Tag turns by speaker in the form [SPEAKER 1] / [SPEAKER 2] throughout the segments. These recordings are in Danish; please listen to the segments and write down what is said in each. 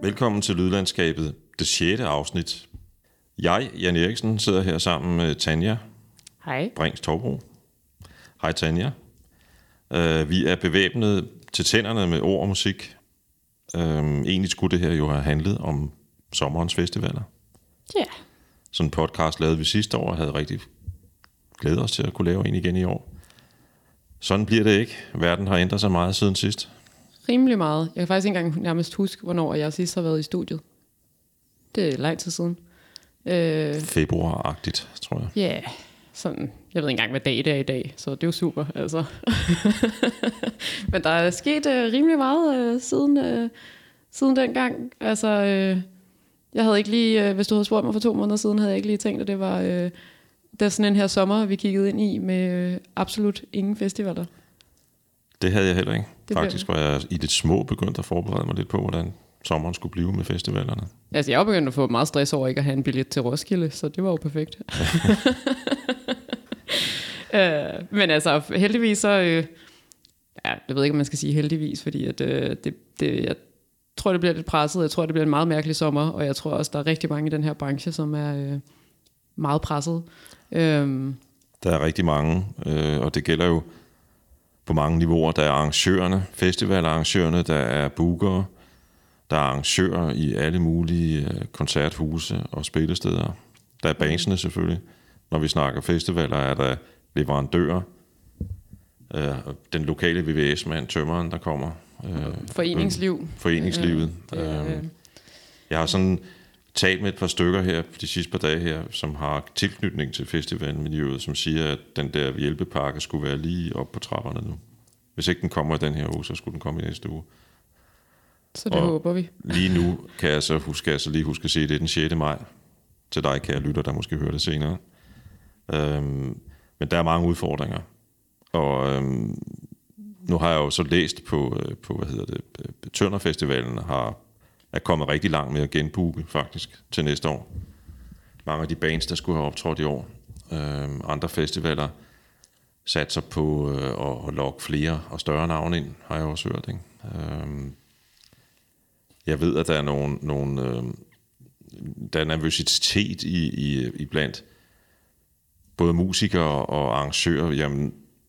[SPEAKER 1] Velkommen til Lydlandskabet, det 6. afsnit. Jeg, Jan Eriksen, sidder her sammen med Tanja
[SPEAKER 2] Hej.
[SPEAKER 1] Brings Torbro. Hej Tanja. Vi er bevæbnet til tænderne med ord og musik. Egentlig skulle det her jo have handlet om sommerens festivaler.
[SPEAKER 2] Ja. Yeah.
[SPEAKER 1] Sådan en podcast lavede vi sidste år, og havde rigtig glædet os til at kunne lave en igen i år. Sådan bliver det ikke. Verden har ændret sig meget siden sidst.
[SPEAKER 2] Rimelig meget. Jeg kan faktisk ikke engang nærmest huske, hvornår jeg sidst har været i studiet. Det er lang tid siden.
[SPEAKER 1] Februar-agtigt, tror jeg.
[SPEAKER 2] Ja, yeah. Sådan. Jeg ved ikke engang, hvad dag det er i dag, så det er jo super. Altså. Men der er sket rimelig meget siden dengang. Altså, jeg havde ikke lige, hvis du havde spurgt mig for 2 måneder siden, havde jeg ikke lige tænkt, at det var der sådan en her sommer, vi kiggede ind i med absolut ingen festivaler.
[SPEAKER 1] Det havde jeg heller ikke. Faktisk var jeg i det små begyndt at forberede mig lidt på, hvordan sommeren skulle blive med festivalerne.
[SPEAKER 2] Altså, jeg var begyndt at få meget stress over ikke at have en billet til Roskilde, så det var jo perfekt. Men altså, heldigvis så... jeg ved ikke, om man skal sige heldigvis, fordi at, jeg tror, det bliver lidt presset. Jeg tror, det bliver en meget mærkelig sommer, og jeg tror også, der er rigtig mange i den her branche, som er meget presset.
[SPEAKER 1] Der er rigtig mange, og det gælder jo på mange niveauer. Der er arrangørerne, festivalarrangørerne, der er bookere, der er arrangører i alle mulige koncerthuse og spillesteder. Der er bandsene selvfølgelig. Når vi snakker festivaler, er der leverandører, den lokale VVS-mand, tømmeren, der kommer. Foreningslivet. Jeg har sådan talt med et par stykker her de sidste par dage her, som har tilknytning til festivalmiljøet, som siger, at den der hjælpepakke skulle være lige op på trapperne nu. Hvis ikke den kommer i den her uge, så skulle den komme i næste uge.
[SPEAKER 2] Så det håber vi.
[SPEAKER 1] Lige nu kan jeg så huske at sige, at det er den 6. maj. Til dig, kære lytter, der måske hører det senere. Men der er mange udfordringer. Og nu har jeg jo så læst på Tønder Festivalen er kommet rigtig langt med at genbooke faktisk til næste år. Mange af de bands, der skulle have optrådt i år. Andre festivaler satser på at lokke flere og større navne ind, har jeg også hørt. Ikke? Jeg ved, at der er der er nervøsitet i blandt både musikere og arrangører. Jamen,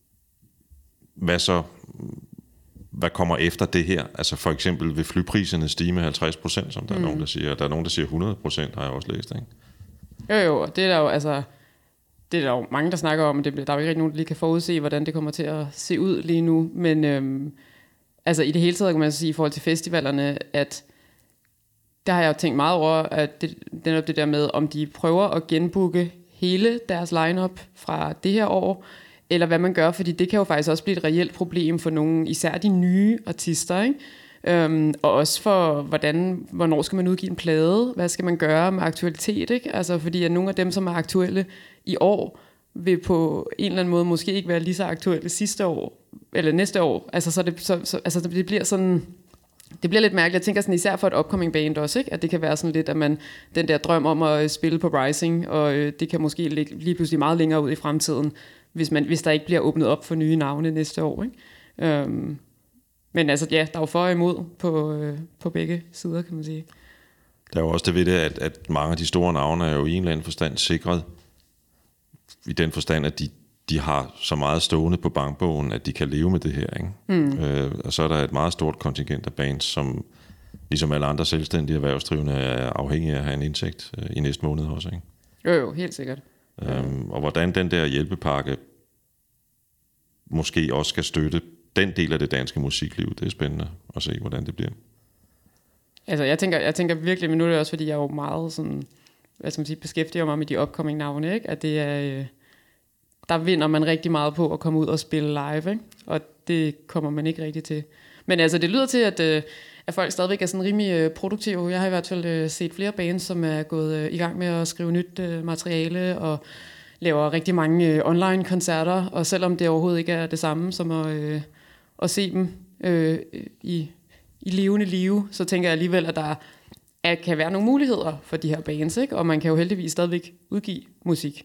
[SPEAKER 1] hvad kommer efter det her? Altså for eksempel vil flypriserne stige med 50%, som der er nogen, der siger. Der er nogen, der siger 100%, har jeg også læst, ikke?
[SPEAKER 2] Jo, det er der jo, altså, det er der jo mange, der snakker om. Der er jo ikke rigtig nogen, der lige kan forudse, hvordan det kommer til at se ud lige nu. Men altså i det hele taget kan man sige, i forhold til festivalerne, at der har jeg jo tænkt meget over, at det der med, om de prøver at genbooke hele deres line-up fra det her år, eller hvad man gør, fordi det kan jo faktisk også blive et reelt problem for nogle, især de nye artister, ikke? Og også for, hvornår skal man udgive en plade, hvad skal man gøre med aktualitet, ikke? Altså fordi at nogle af dem, som er aktuelle i år, vil på en eller anden måde måske ikke være lige så aktuelle sidste år, eller næste år, altså det bliver sådan... Det bliver lidt mærkeligt. Jeg tænker sådan især for et upcoming band også, ikke? At det kan være sådan lidt, at man den der drøm om at spille på Rising, og det kan måske ligge lige pludselig meget længere ud i fremtiden, hvis der ikke bliver åbnet op for nye navne næste år, ikke? Men altså ja, der er jo for og imod på begge sider, kan man sige.
[SPEAKER 1] Der er jo også det ved det, at mange af de store navne er jo i en eller anden forstand sikret, i den forstand, at de har så meget stående på bankbogen, at de kan leve med det her, ikke? Og så er der et meget stort kontingent af bands, som ligesom alle andre selvstændige erhvervsdrivende er afhængige af at have en indtægt i næste måned også, ikke?
[SPEAKER 2] Jo, helt sikkert.
[SPEAKER 1] Og hvordan den der hjælpepakke måske også skal støtte den del af det danske musikliv, det er spændende at se, hvordan det bliver.
[SPEAKER 2] Altså, jeg tænker virkelig, men nu er det også, fordi jeg er jo meget sådan, hvad skal man sige, beskæftiger mig med de upcoming navne, ikke? At det er... Der vinder man rigtig meget på at komme ud og spille live, ikke? Og det kommer man ikke rigtig til. Men altså, det lyder til, at folk stadigvæk er sådan rimelig produktive. Jeg har i hvert fald set flere bands, som er gået i gang med at skrive nyt materiale og laver rigtig mange online-koncerter. Og selvom det overhovedet ikke er det samme som at se dem i levende live, så tænker jeg alligevel, at der kan være nogle muligheder for de her bands, ikke? Og man kan jo heldigvis stadigvæk udgive musik.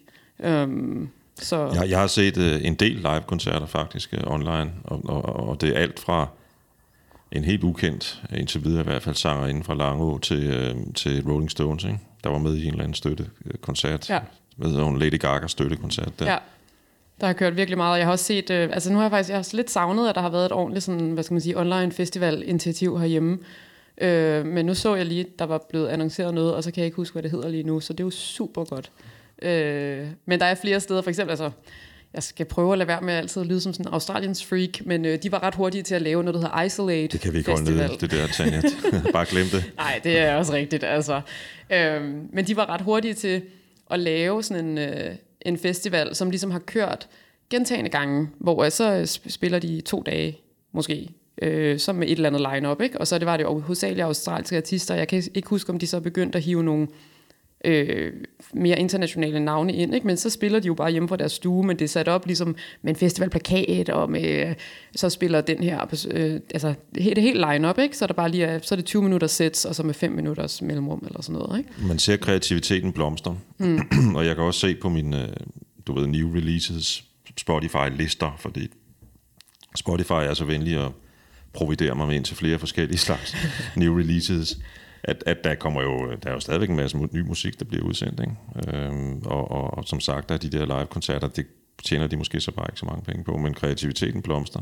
[SPEAKER 2] Så.
[SPEAKER 1] Jeg har set en del live-koncerter faktisk online, og det er alt fra en helt ukendt, indtil videre i hvert fald, sanger inden fra Langå til Rolling Stones, ikke? Der var med i en eller anden støttekoncert.
[SPEAKER 2] Ja.
[SPEAKER 1] Med Lady Gaga støttekoncert der.
[SPEAKER 2] Ja, der har kørt virkelig meget. Jeg har også set, nu har jeg har lidt savnet, at der har været et ordentligt sådan, hvad skal man sige, online festival-initiativ herhjemme. Men nu så jeg lige, der var blevet annonceret noget, og så kan jeg ikke huske, hvad det hedder lige nu, så det er jo super godt. Men der er flere steder, for eksempel, jeg skal prøve at lade være med at altid lyde som sådan en Australiens freak, men de var ret hurtige til at lave noget, der hedder Isolate.
[SPEAKER 1] Det kan vi ikke holde ned, det der, Tanja. Bare glem det.
[SPEAKER 2] Nej, det er også rigtigt, altså. Men de var ret hurtige til at lave sådan en festival, som ligesom har kørt gentagne gange, hvor så spiller de 2 dage, måske, som med et eller andet line-up, ikke? Og så var det jo hovedsageligt australske artister. Jeg kan ikke huske, om de så begyndte at hive nogle mere internationale navne ind, ikke? Men så spiller de jo bare hjemme fra deres stue, men det er sat op ligesom med en festivalplakat, og med, så spiller den her, det helt line-up, ikke? Så er der bare lige, så er det 20 minutter sets, og så med 5 minutters mellemrum, eller sådan noget, ikke?
[SPEAKER 1] Man ser kreativiteten blomster, og jeg kan også se på mine, new releases Spotify-lister, fordi Spotify er så venlig at providere mig med ind til flere forskellige slags new releases, at der er jo stadigvæk en masse ny musik, der bliver udsendt, ikke? Og som sagt, der er de der live-koncerter, det tjener de måske så bare ikke så mange penge på, men kreativiteten blomster.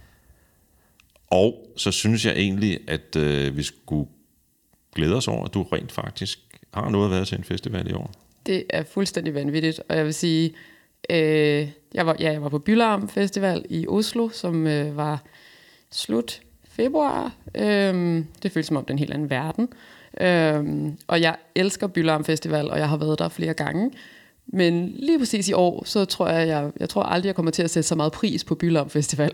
[SPEAKER 1] Og så synes jeg egentlig, at vi skulle glæde os over, at du rent faktisk har noget at være til en festival i år.
[SPEAKER 2] Det er fuldstændig vanvittigt, og jeg vil sige, jeg var på Bylarm Festival i Oslo, som var slut februar. Det føles som om det er en helt anden verden. Og jeg elsker Bylarm Festival, og jeg har været der flere gange. Men lige præcis i år, så tror jeg tror aldrig, jeg kommer til at sætte så meget pris på Bylarm Festival,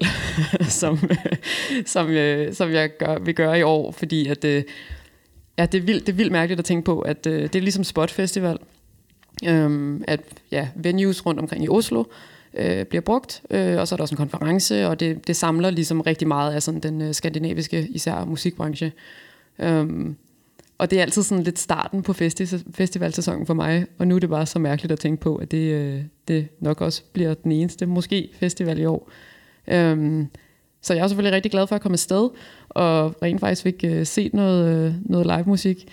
[SPEAKER 2] som jeg vil gøre i år, fordi at, det er vildt mærkeligt at tænke på, at det er ligesom Spot Festival, at venues rundt omkring i Oslo bliver brugt, og så er der også en konference, og det samler ligesom rigtig meget af sådan den skandinaviske, især musikbranche. Og det er altid sådan lidt starten på festivalsæsonen for mig, og nu er det bare så mærkeligt at tænke på, at det nok også bliver den eneste, måske, festival i år. Så jeg er selvfølgelig rigtig glad for at komme afsted, og rent faktisk fik set noget live musik.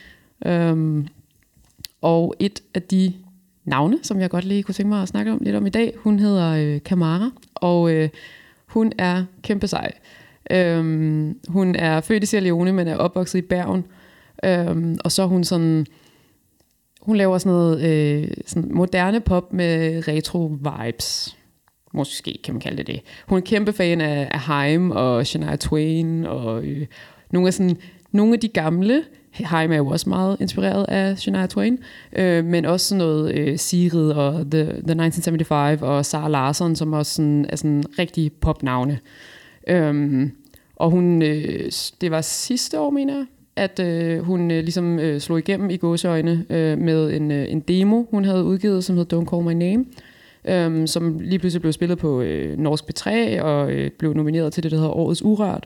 [SPEAKER 2] Og et af de navne, som jeg godt lige kunne tænke mig at snakke lidt om i dag, hun hedder Kamara, og hun er kæmpe sej. Hun er født i Sierra Leone, men er opvokset i Bergen. Og så er hun laver sådan noget sådan moderne pop med retro vibes. Måske kan man kalde det. Hun er kæmpe fan af Haim og Shania Twain og nogle af de gamle. Haim er jo også meget inspireret af Shania Twain, men også sådan noget Sigrid og The 1975 og Sara Larsson, som også er sådan rigtig popnavne. Og hun, det var sidste år, mener jeg, at hun ligesom slog igennem i gåseøjne med en demo, hun havde udgivet, som hed Don't Call My Name, som lige pludselig blev spillet på Norsk P3 og blev nomineret til det, der hedder Årets Urørt.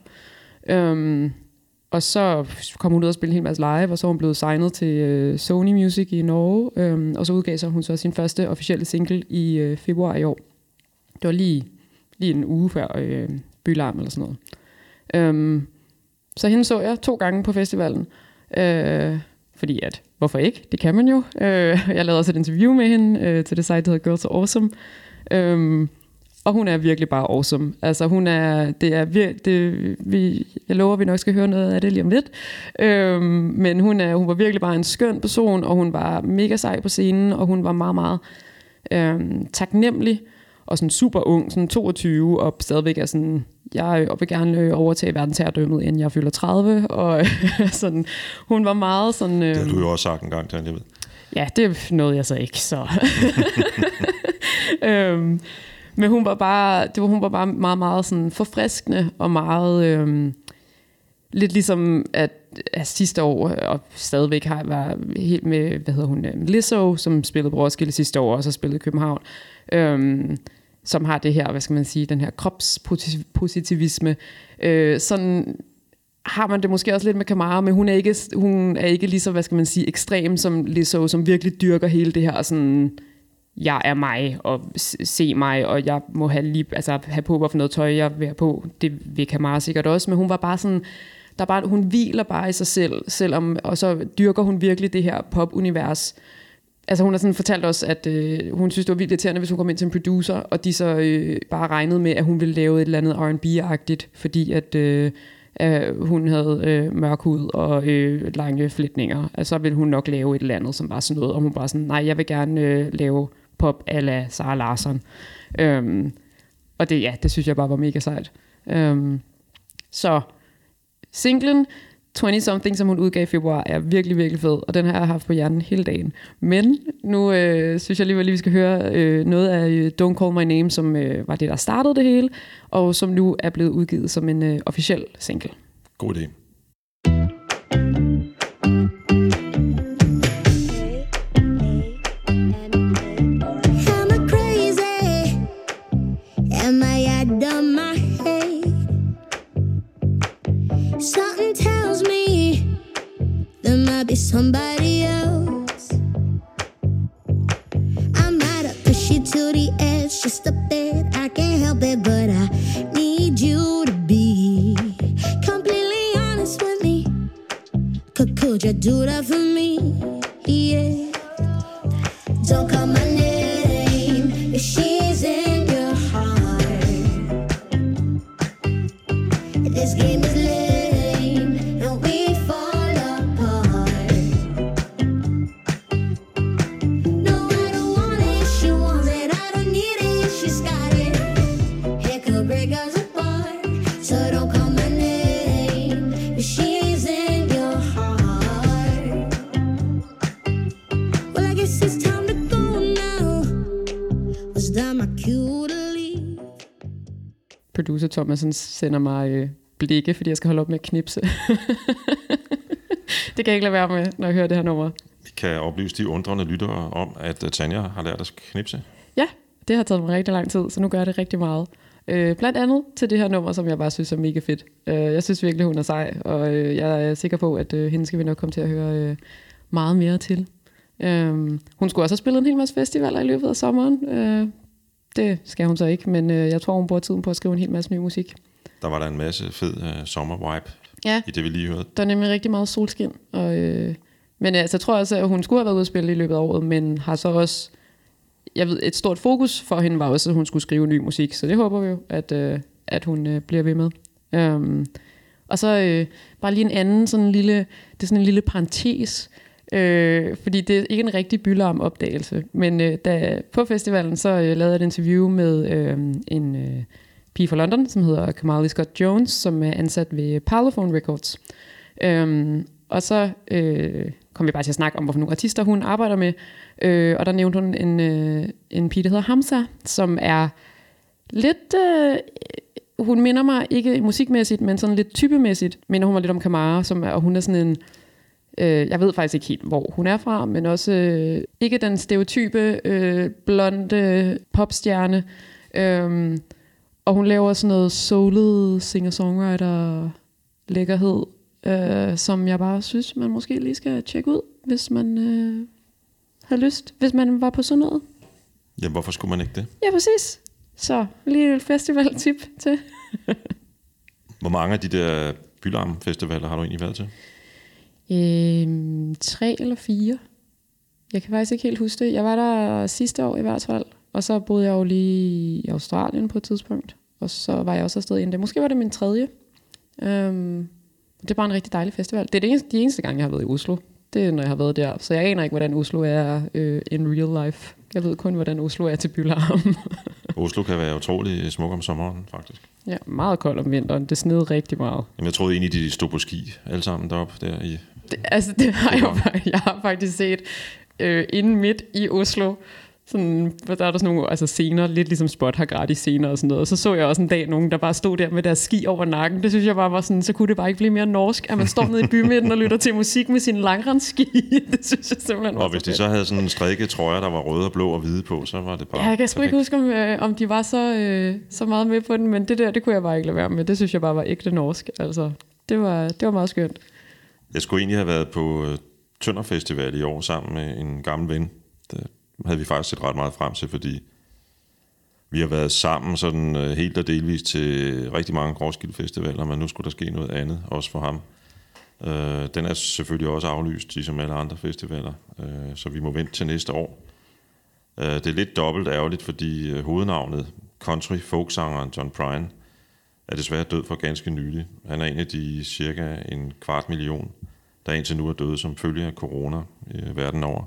[SPEAKER 2] Og så kom hun ud og spille en hel masse live, og så er hun blevet signet til Sony Music i Norge, og så udgav hun så sin første officielle single i februar i år. Det var lige en uge før Bylarm eller sådan noget. Så hende så jeg 2 gange på festivalen, fordi hvorfor ikke? Det kan man jo. Jeg lavede også et interview med hende til det site, der hedder Girls Are Awesome. Og hun er virkelig bare awesome. Altså jeg lover, at vi nok skal høre noget af det lige om lidt. Men hun var virkelig bare en skøn person, og hun var mega sej på scenen, og hun var meget, meget taknemmelig, og sådan super ung, sådan 22, og stadigvæk er sådan, jeg vil gerne overtage verdensherredømmet, inden jeg fylder 30, og sådan, hun var meget sådan...
[SPEAKER 1] det har du jo også sagt en gang, Tanja, ved.
[SPEAKER 2] Ja, det nåede jeg så ikke, så... Men hun var bare meget, meget sådan forfriskende, og meget lidt ligesom at sidste år, og stadigvæk var helt med, Lizzo, som spillede på Roskilde sidste år, og så spillede i København, som har det her, den her kropspositivisme. Sådan har man det måske også lidt med Kamara, men hun er ikke lige så, ekstrem som Lizzo, som virkelig dyrker hele det her sådan... jeg er mig, og se mig, og jeg må have på, hvad for noget tøj jeg vil have på. Det vil Kamara sikkert også, men hun var bare sådan hun hviler bare i sig selv, selvom, og så dyrker hun virkelig det her pop-univers. Altså hun har sådan fortalt os, at hun synes, det var vildt irriterende, hvis hun kom ind til en producer, og de så bare regnede med, at hun ville lave et eller andet R&B-agtigt, fordi at hun havde mørk hud og lange flætninger. Altså så ville hun nok lave et eller andet, som var sådan noget, og hun bare sådan, nej, jeg vil gerne lave pop a la Zara Larsson. Og det synes jeg bare var mega sejt. Så singlen 20-something, som hun udgav i februar, er virkelig, virkelig fed, og den har jeg haft på hjernen hele dagen. Men nu synes jeg lige, vi skal høre noget af Don't Call My Name, som var det, der startede det hele, og som nu er blevet udgivet som en officiel single.
[SPEAKER 1] God idé.
[SPEAKER 3] Somebody else. I might have pushed you to the edge, just a bit. I can't help it, but I need you to be completely honest with me. Could you do that for me? Yeah. Don't call my name if she's in your heart. This game is lame and we fall apart. No, I don't want it, she wants it. I don't need it, she's got it. It could break us apart. So don't call my name if she's in your heart. Well, I guess it's time to go now. Was that my cue to leave?
[SPEAKER 2] Producer Thomasen sender mig blikke, fordi jeg skal holde op med at knipse. Det kan jeg ikke lade være med, når jeg hører det her nummer.
[SPEAKER 1] Vi kan oplyse de undrende lyttere om, at Tanja har lært at knipse.
[SPEAKER 2] Ja, det har taget mig rigtig lang tid, så nu gør jeg det rigtig meget. Blandt andet til det her nummer, som jeg bare synes er mega fedt. Jeg synes virkelig, hun er sej, og jeg er sikker på, at hende skal vi nok komme til at høre meget mere til. Hun skulle også have spillet en hel masse festivaler i løbet af sommeren. Det skal hun så ikke, men jeg tror, hun bruger tiden på at skrive en hel masse ny musik.
[SPEAKER 1] Der var der en masse fed sommer-vibe i det, vi lige hørte.
[SPEAKER 2] Der er nemlig rigtig meget solskin. Men altså, jeg tror også, at hun skulle have været ude at spille i løbet af året, men har så også... Jeg ved, et stort fokus for hende var også, at hun skulle skrive ny musik, så det håber vi jo, at hun bliver ved med. Og så bare lige en anden sådan lille... Det er sådan en lille parentes, fordi det er ikke en rigtig Bylarm-opdagelse, men på festivalen så lavede jeg et interview med en pige fra London, som hedder Kamali Scott Jones, som er ansat ved Parlophone Records. Og så kom vi bare til at snakke om, hvorfor nogle artister hun arbejder med, og der nævnte hun en pige, der hedder Hamza, som er lidt... hun minder mig ikke musikmæssigt, men sådan lidt typemæssigt, minder hun mig lidt om Kamara, og hun er sådan en... jeg ved faktisk ikke helt, hvor hun er fra, men også ikke den stereotype blonde popstjerne. Og hun laver sådan noget soulet singer-songwriter lækkerhed, som jeg bare synes, man måske lige skal tjekke ud, hvis man har lyst, hvis man var på sådan noget.
[SPEAKER 1] Ja, hvorfor skulle man ikke det?
[SPEAKER 2] Ja, præcis. Så lige et festivaltip til.
[SPEAKER 1] Hvor mange af de der Bylarm-festivaler har du egentlig været til?
[SPEAKER 2] 3 eller 4. Jeg kan faktisk ikke helt huske det. Jeg var der sidste år i hvert fald, og så boede jeg jo lige i Australien på et tidspunkt, og så var jeg også afsted inden det. Måske var det min 3. Det er bare en rigtig dejlig festival. Det er de eneste gange, jeg har været i Oslo. Det er, når jeg har været der. Så jeg aner ikke, hvordan Oslo er in real life. Jeg ved kun, hvordan Oslo er til Bylarm.
[SPEAKER 1] Oslo kan være utrolig smuk om sommeren, faktisk.
[SPEAKER 2] Ja, meget koldt om vinteren. Det snede rigtig meget.
[SPEAKER 1] Jamen, jeg troede egentlig, de stod på ski alle sammen deroppe der i...
[SPEAKER 2] Det har jeg har faktisk set inde midt i Oslo. Sådan, der er der sådan nogle scener, lidt ligesom Spot har gratis scener og sådan noget. Og så jeg også en dag nogen, der bare stod der med deres ski over nakken. Det synes jeg bare var sådan, så kunne det bare ikke blive mere norsk, at man står nede i bymidten og lytter til musik med sine langrendsski. Det synes jeg simpelthen var.
[SPEAKER 1] Og hvis de så havde sådan en strikke trøjer, der var røde og blå og hvide på, så var det bare...
[SPEAKER 2] Ja, jeg kan sgu ikke huske, om de var så meget med på den, men det kunne jeg bare ikke lade være med. Det synes jeg bare var ægte norsk. Altså, det var meget skønt.
[SPEAKER 1] Jeg skulle egentlig have været på Tønder Festival i år sammen med en gammel ven. Det havde vi faktisk set ret meget frem til, fordi Vi har været sammen sådan helt og delvist til rigtig mange Roskilde Festivaler, men nu skulle der ske noget andet, også for ham. Den er selvfølgelig også aflyst, ligesom alle andre festivaler, så vi må vente til næste år. Det er lidt dobbelt ærgerligt, fordi hovednavnet, country-folksangeren John Prine, er desværre død for ganske nylig. Han er en af de cirka 250.000, der indtil nu er døde som følge af corona verden over.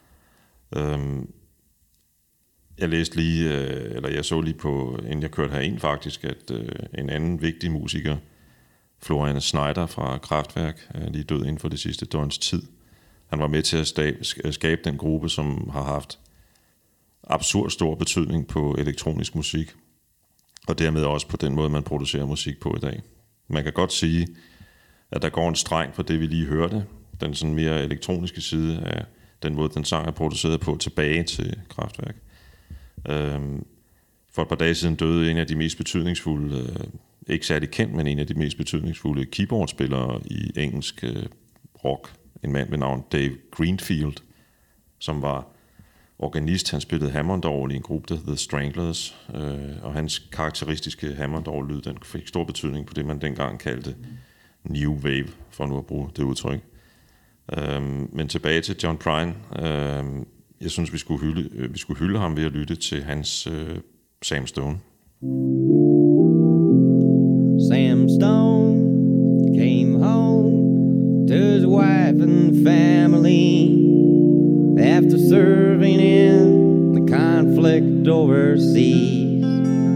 [SPEAKER 1] Jeg så lige på, inden jeg kørte herind faktisk, at en anden vigtig musiker, Florian Schneider fra Kraftwerk, er lige død inden for det sidste døgns tid. Han var med til at skabe den gruppe, som har haft absurd stor betydning på elektronisk musik, og dermed også på den måde, man producerer musik på i dag. Man kan godt sige, at der går en streng for det, vi lige hørte, den sådan mere elektroniske side af den måde, den sang er produceret på, tilbage til Kraftwerk. For et par dage siden døde en af de mest betydningsfulde, ikke særlig kendt, men en af de mest betydningsfulde keyboardspillere i engelsk rock, en mand ved navn Dave Greenfield, som var organist. Han spillede Hammond-orgel i en gruppe, der hed The Stranglers, og hans karakteristiske Hammond-orgel-lyd, den fik stor betydning på det, man dengang kaldte New Wave, for nu at bruge det udtryk. Men tilbage til John Prine. Jeg synes, vi skulle hylde ham ved at lytte til hans Sam Stone.
[SPEAKER 4] Sam Stone came home to his wife and family after serving in the conflict overseas.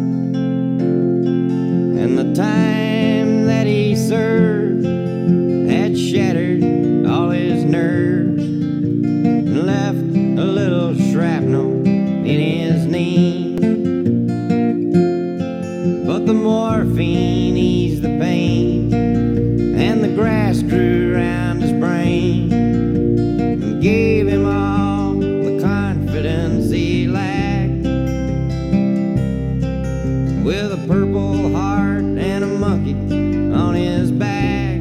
[SPEAKER 4] And the time that he served had shattered all his nerves and left a little shrapnel in his knee. But the morphine eased the pain and the grass grew around his brain and gave him all the confidence he lacked. With a purple heart and a monkey on his back,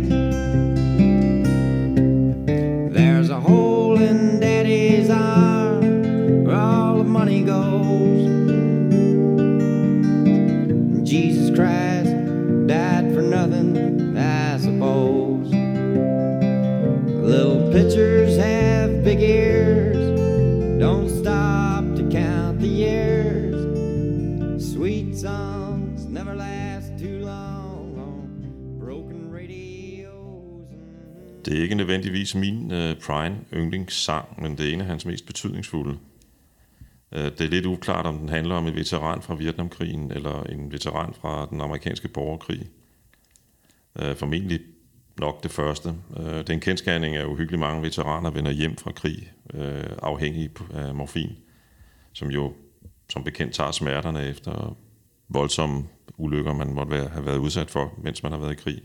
[SPEAKER 4] there's a hole in Daddy's arm where all the money goes. Jesus Christ died for nothing, I suppose. Little pitchers have big ears, don't stop to count the years. Sweet songs never last too long on broken radios.
[SPEAKER 1] Det er ikke nødvendigvis min Prine yndlingssang, men det er en af hans mest betydningsfulde. Det er lidt uklart, om den handler om en veteran fra Vietnamkrigen eller en veteran fra den amerikanske borgerkrig. Formentlig nok det første. Det er en kendsgerning, at uhyggeligt mange veteraner vender hjem fra krig, afhængige af morfin, som jo som bekendt tager smerterne efter voldsomme ulykker, man måtte have været udsat for, mens man har været i krig.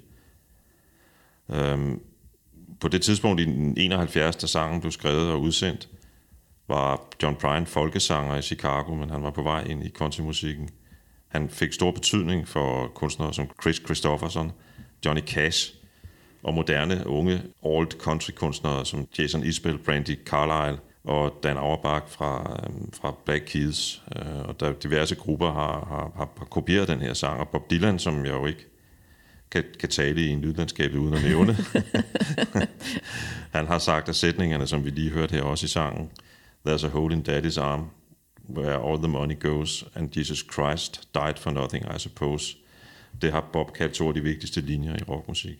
[SPEAKER 1] På det tidspunkt i 1971, da sangen blev skrevet og udsendt, var John Prine folkesanger i Chicago, men han var på vej ind i countrymusikken. Han fik stor betydning for kunstnere som Chris Christopherson, Johnny Cash og moderne unge old country-kunstnere som Jason Isbell, Brandy Carlile og Dan Auerbach fra Black Keys. Og der diverse grupper har kopieret den her sang, og Bob Dylan, som jeg jo ikke kan tale i en lydlandskab uden at nævne. Han har sagt, at sætningerne, som vi lige hørte her også i sangen, There's a hole in Daddy's arm where all the money goes, and Jesus Christ died for nothing, I suppose. Det har Bob kaldt to af de vigtigste linjer i rockmusik.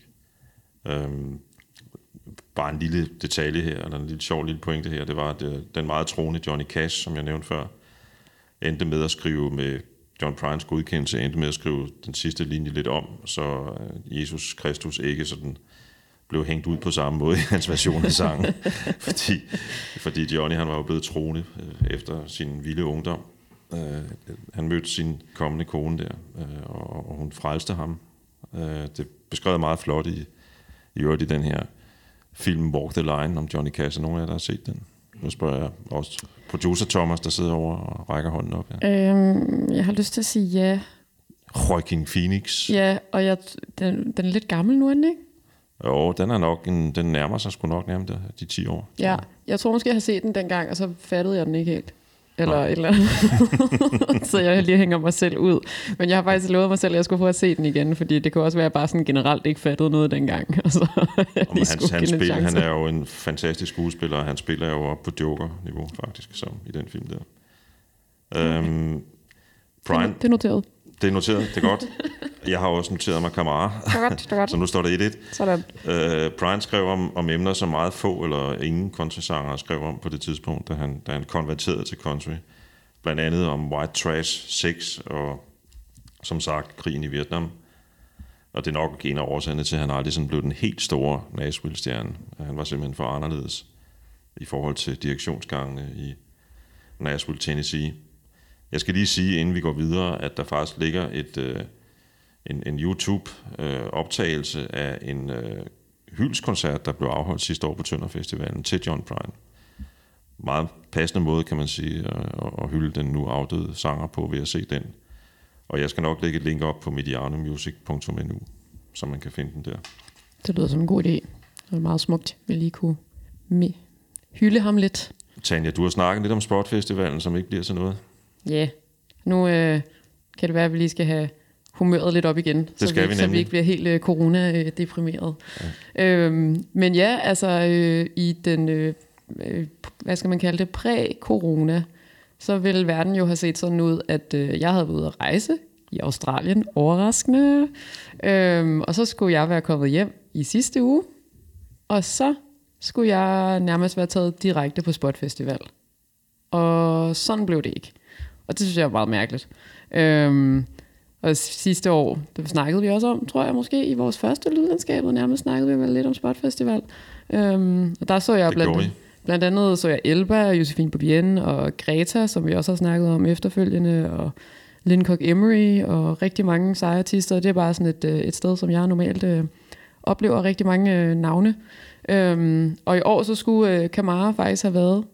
[SPEAKER 1] Bare en lille detalje her, eller en lille sjov lille pointe her, det var, at den meget troende Johnny Cash, som jeg nævnte før, endte med at skrive med John Prines godkendelse, endte med at skrive den sidste linje lidt om, så Jesus Kristus ikke sådan blev hængt ud på samme måde i hans version af sangen. fordi Johnny, han var jo blevet troende efter sin vilde ungdom. Han mødte sin kommende kone der, og hun frelste ham. Det beskrevet meget flot i øvrigt i den her film Walk the Line om Johnny Cash. Er nogen af jer, der har set den? Nu spørger jeg også producer Thomas, der sidder over og rækker hånden op. Ja.
[SPEAKER 2] Jeg har lyst til at sige ja.
[SPEAKER 1] Joaquin Phoenix.
[SPEAKER 2] Ja, og den er lidt gammel nu, er den ikke?
[SPEAKER 1] Jo, den nærmer sig sgu nok nærmest de 10 år.
[SPEAKER 2] Ja, jeg tror måske, jeg har set den dengang, og så fattede jeg den ikke helt. eller et eller andet. Så jeg lige hænger mig selv ud. Men jeg har faktisk lovet mig selv, at jeg skulle få at se den igen, fordi det kunne også være, at jeg bare sådan generelt ikke fattede noget dengang. Altså,
[SPEAKER 1] han er jo en fantastisk skuespiller, og han spiller jo op på Joker-niveau faktisk, som i den film der. Brian,
[SPEAKER 2] det er noteret.
[SPEAKER 1] Det er noteret, det er godt. Jeg har også noteret mig Kamara.
[SPEAKER 2] Det er godt.
[SPEAKER 1] Så nu står der 1-1.
[SPEAKER 2] Sådan.
[SPEAKER 1] Brian skrev om emner, som meget få eller ingen country-sanger skrev om på det tidspunkt, da han konverterede til country. Blandt andet om White Trash, sex og som sagt krigen i Vietnam. Og det er nok en af årsagerne til, at han aldrig sådan blev den helt store Nashville-stjerne. Han var simpelthen for anderledes i forhold til direktionsgangene i Nashville, Tennessee. Jeg skal lige sige, inden vi går videre, at der faktisk ligger en YouTube-optagelse af en hyldskoncert, der blev afholdt sidste år på Tønder Festivalen til John Prine. Meget passende måde, kan man sige, at hylde den nu afdøde sanger på ved at se den. Og jeg skal nok lægge et link op på medianomusic.nu, så man kan finde den der.
[SPEAKER 2] Det lyder som en god idé. Det er meget smukt. Vi lige kunne hylde ham lidt.
[SPEAKER 1] Tanja, du har snakket lidt om Spotfestivalen, som ikke bliver til noget.
[SPEAKER 2] Ja, yeah. Nu kan det være, at vi lige skal have humøret lidt op igen, så vi ikke bliver helt corona-deprimeret. Ja. Men ja, altså i den, hvad skal man kalde det, præ-corona, så ville verden jo have set sådan ud, at jeg havde været ude at rejse i Australien, overraskende, og så skulle jeg være kommet hjem i sidste uge, og så skulle jeg nærmest være taget direkte på Spotfestival. Og sådan blev det ikke. Og det synes jeg er meget mærkeligt. Og sidste år, det snakkede vi også om, tror jeg måske, i vores første lydlandskabet, nærmest snakkede vi lidt om Spotfestival. Og der så jeg blandt andet så jeg Elba, Josephine Bobienne og Greta, som vi også har snakket om efterfølgende, og Lynn Cook Emery og rigtig mange seje artister. Det er bare sådan et sted, som jeg normalt oplever rigtig mange navne. Og i år så skulle Kamara faktisk have været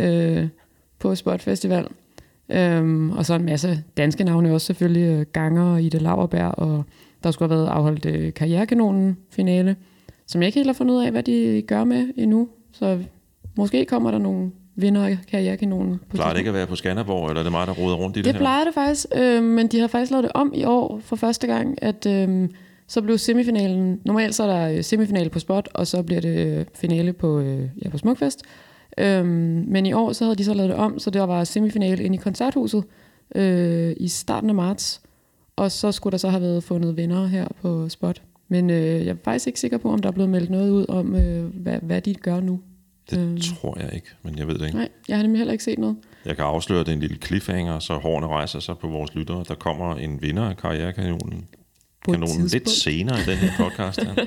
[SPEAKER 2] på Spotfestival. Og så en masse danske navne også selvfølgelig, Ganger og Ida Lauerberg, og der skulle have været afholdt Karrierekanonen-finale, som jeg ikke helt har fundet ud af, hvad de gør med endnu. Så måske kommer der nogle vinder af Karrierekanonen.
[SPEAKER 1] Plejer det ikke at være på Skanderborg, eller er det mig, der roder rundt i det her?
[SPEAKER 2] Det plejer det faktisk, men de har faktisk lavet det om i år for første gang, at så blev semifinalen, normalt så er der semifinale på Spot, og så bliver det finale på Smukfest. Men i år så havde de så lavet det om, så der var semifinale inde i Koncerthuset i starten af marts, og så skulle der så have været fundet vinder her på Spot. Men jeg er faktisk ikke sikker på, om der er blevet meldt noget ud om, hvad de gør nu.
[SPEAKER 1] Det tror jeg ikke, men jeg ved det ikke.
[SPEAKER 2] Nej, jeg har nemlig heller ikke set noget.
[SPEAKER 1] Jeg kan afsløre, at det er en lille cliffhanger, så hårene rejser sig på vores lyttere. Der kommer en vinder af Karrierekanonen lidt senere i den her podcast her.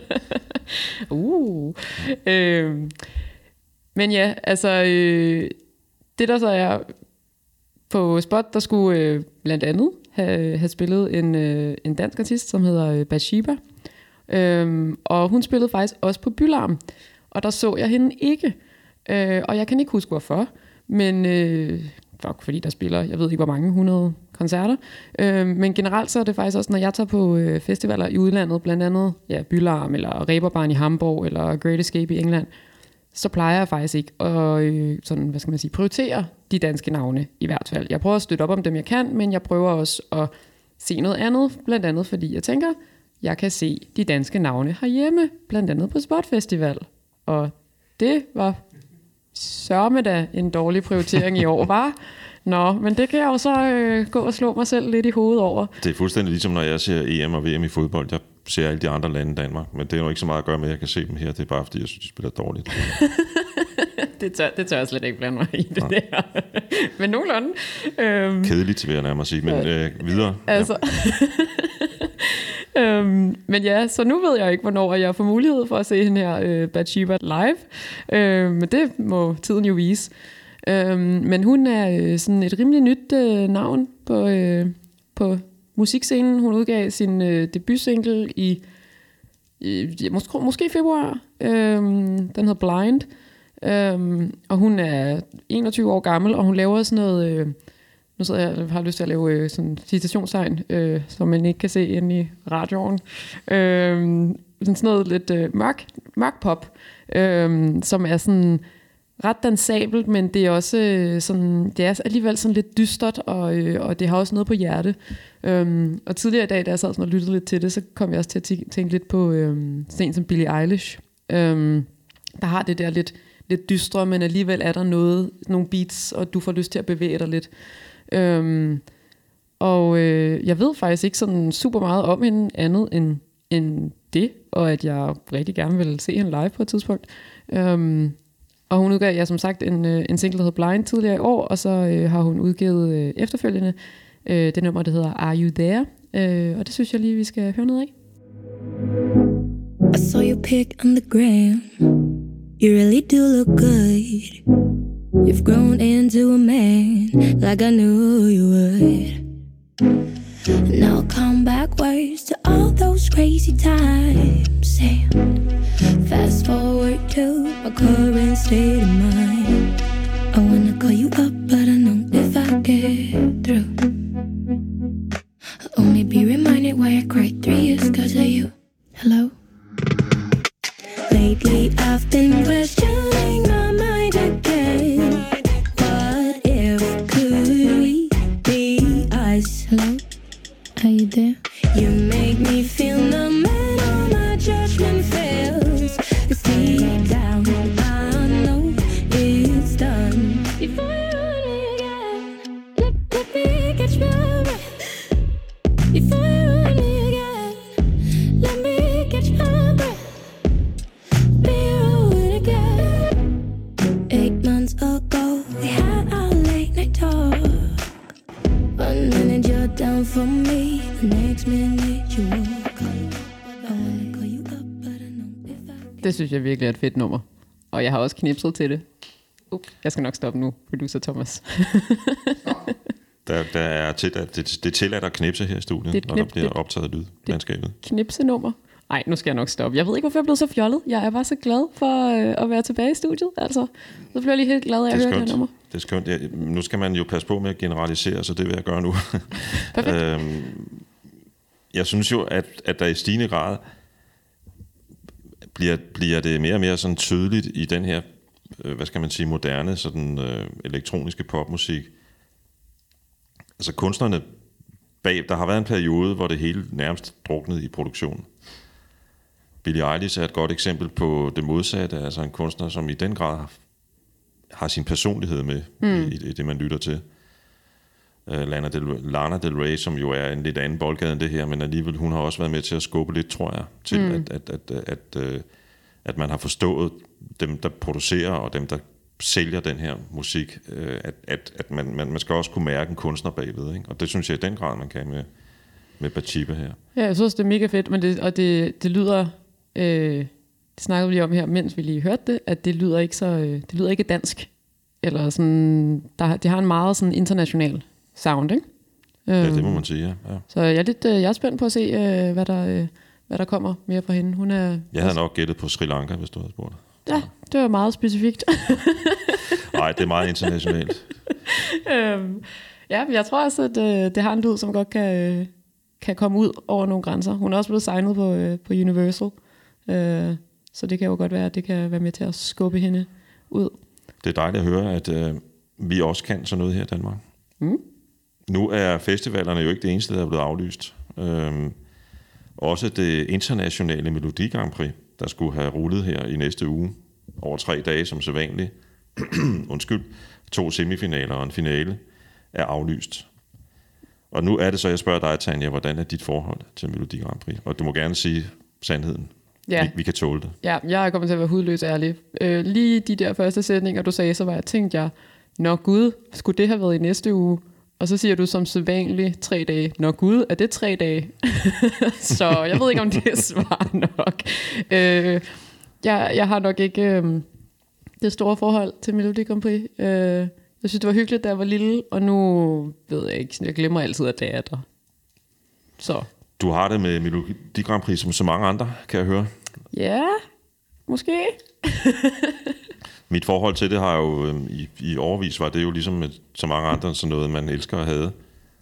[SPEAKER 2] Men ja, altså det der så er på Spot, der skulle blandt andet have spillet en dansk artist, som hedder Bathsheba. Og hun spillede faktisk også på Bylarm, og der så jeg hende ikke. Og jeg kan ikke huske hvorfor, men fordi der spiller, jeg ved ikke hvor mange 100 koncerter. Men generelt så er det faktisk også, når jeg tager på festivaler i udlandet, blandt andet Bylarm, eller Reeperbahn i Hamburg, eller Great Escape i England, så plejer jeg faktisk ikke at sådan, hvad skal man sige, prioritere de danske navne i hvert fald. Jeg prøver at støtte op om dem, jeg kan, men jeg prøver også at se noget andet, blandt andet fordi jeg tænker, jeg kan se de danske navne herhjemme, blandt andet på Spotfestival. Og det var sørme da en dårlig prioritering i år, var. Nå, men det kan jeg jo så gå og slå mig selv lidt i hovedet over.
[SPEAKER 1] Det er fuldstændig ligesom, når jeg ser EM og VM i fodbold. Jeg ser alle de andre lande i Danmark, men det er jo ikke så meget at gøre med, at jeg kan se dem her. Det er bare, fordi jeg synes, de spiller dårligt.
[SPEAKER 2] det tør jeg slet ikke blande mig i, det der. Men nogenlunde.
[SPEAKER 1] Kedeligt, vil jeg nærmere sige, men videre.
[SPEAKER 2] Altså. Men ja, så nu ved jeg ikke, hvornår jeg får mulighed for at se hende her Bathsheba live. Men det må tiden jo vise. Men hun er sådan et rimelig nyt navn på musikscenen. Hun udgav sin debutsingle i måske februar. Den hedder Blind. Og hun er 21 år gammel, og hun laver sådan noget... Nu sidder jeg har lyst til at lave sådan citationstegn, som man ikke kan se inde i radioen. Sådan noget lidt mørk pop, som er sådan ret dansabelt, men det er også sådan, det er alligevel sådan lidt dystert, og det har også noget på hjerte. Og tidligere i dag, da jeg sad sådan og lyttede lidt til det, så kom jeg også til at tænke lidt på sådan en som Billie Eilish. Der har det der lidt dystre, men alligevel er der nogle beats, og du får lyst til at bevæge dig lidt. Jeg ved faktisk ikke sådan super meget om hende andet end det, og at jeg rigtig gerne vil se hende live på et tidspunkt. Og hun udgav, som sagt, en single, der hedder Blind tidligere i år, og så har hun udgivet efterfølgende det nummer, der hedder Are You There? Og det synes jeg lige, vi skal høre noget af.
[SPEAKER 3] I saw your pic on the gram. You really do look good. You've grown into a man like I knew you would. Now I'll come backwards to all those crazy times and fast forward to my current state of mind. I wanna call you up, but I know if I get through, I'll only be reminded why I cried 3 years cause of you. Hello? Lately I've been questioning my mind again. What if could we be us? Hello? Are you there? You make me feel numb and all my judgment fails. It's deep down, I know it's done. Before you run me again, let me catch my breath. Before you run me again, let me catch my breath. Be ruined again. 8 months ago, we had our late night talk. 1 minute you're down for me, the next minute you walk up. I wanna call you up, but I know if I...
[SPEAKER 2] Det synes jeg virkelig er et fedt nummer. Og jeg har også knipset til det. Jeg skal nok stoppe nu, producer Thomas.
[SPEAKER 1] Der er det er tilladt at knipse her i studiet, når der bliver optaget lydlandskabet.
[SPEAKER 2] Knipsenummer. Nej, nu skal jeg nok stoppe. Jeg ved ikke, hvorfor jeg er blevet så fjollet. Jeg er bare så glad for at være tilbage i studiet. Altså, så bliver jeg lige helt glad af at høre det her nummer.
[SPEAKER 1] Det er skønt. Ja, nu skal man jo passe på med at generalisere, så det vil jeg gøre nu. Jeg synes jo, at der i stigende grad bliver det mere og mere sådan tydeligt i den her, hvad skal man sige, moderne sådan elektroniske popmusik. Altså kunstnerne bag, der har været en periode, hvor det hele nærmest druknede i produktion. Billie Eilish er et godt eksempel på det modsatte, altså en kunstner, som i den grad har sin personlighed med i det, man lytter til. Lana Del Rey, som jo er en lidt anden boldgade end det her, men alligevel, hun har også været med til at skubbe lidt, tror jeg, til at man har forstået dem, der producerer, og dem, der sælger den her musik, at man skal også kunne mærke en kunstner bagved, ikke? Og det synes jeg i den grad, man kan med Bathsheba her. Ja,
[SPEAKER 2] jeg synes, det er mega fedt, men det lyder... det snakkede vi lige om her, mens vi lige hørte det, at det lyder ikke dansk. Eller sådan... det har en meget sådan international sound, ikke?
[SPEAKER 1] Ja, det må man sige, ja.
[SPEAKER 2] Så jeg er spændt på at se, hvad der kommer mere fra hende. Hun er...
[SPEAKER 1] Jeg havde nok gættet på Sri Lanka, hvis du havde spurgt.
[SPEAKER 2] Ja, det var meget specifikt.
[SPEAKER 1] Nej, det er meget internationalt.
[SPEAKER 2] Ja, jeg tror også, at det har en lyd, som godt kan komme ud over nogle grænser. Hun er også blevet signet på Universal, så det kan jo godt være, at det kan være med til at skubbe hende ud.
[SPEAKER 1] Det er dejligt at høre, at vi også kan sådan noget her i Danmark. Nu er festivalerne jo ikke det eneste, der er blevet aflyst. Også det internationale Melodi Grand Prix, der skulle have rullet her i næste uge, over 3 dage som sædvanligt. 2 semifinaler og en finale er aflyst. Og nu er det så, jeg spørger dig, Tanja, hvordan er dit forhold til Melodi Grand Prix? Og du må gerne sige sandheden. Ja. Vi kan tåle det.
[SPEAKER 2] Ja, jeg er kommet til at være hudløs ærlig. Lige de der første sætninger, du sagde, så var jeg tænkt, nå gud, skulle det have været i næste uge? Og så siger du som sædvanligt 3 dage. Nå gud, er det 3 dage? Så jeg ved ikke, om det er svar nok. Jeg har nok ikke det store forhold til Melodi Grand Prix. Jeg synes, det var hyggeligt, da jeg var lille, og nu ved jeg ikke, jeg glemmer altid, at det er der. Så.
[SPEAKER 1] Du har det med Melodi Grand Prix som så mange andre, kan jeg høre.
[SPEAKER 2] Ja, måske.
[SPEAKER 1] Mit forhold til det har jo i årevis var det jo ligesom med så mange andre sådan noget, man elsker at have.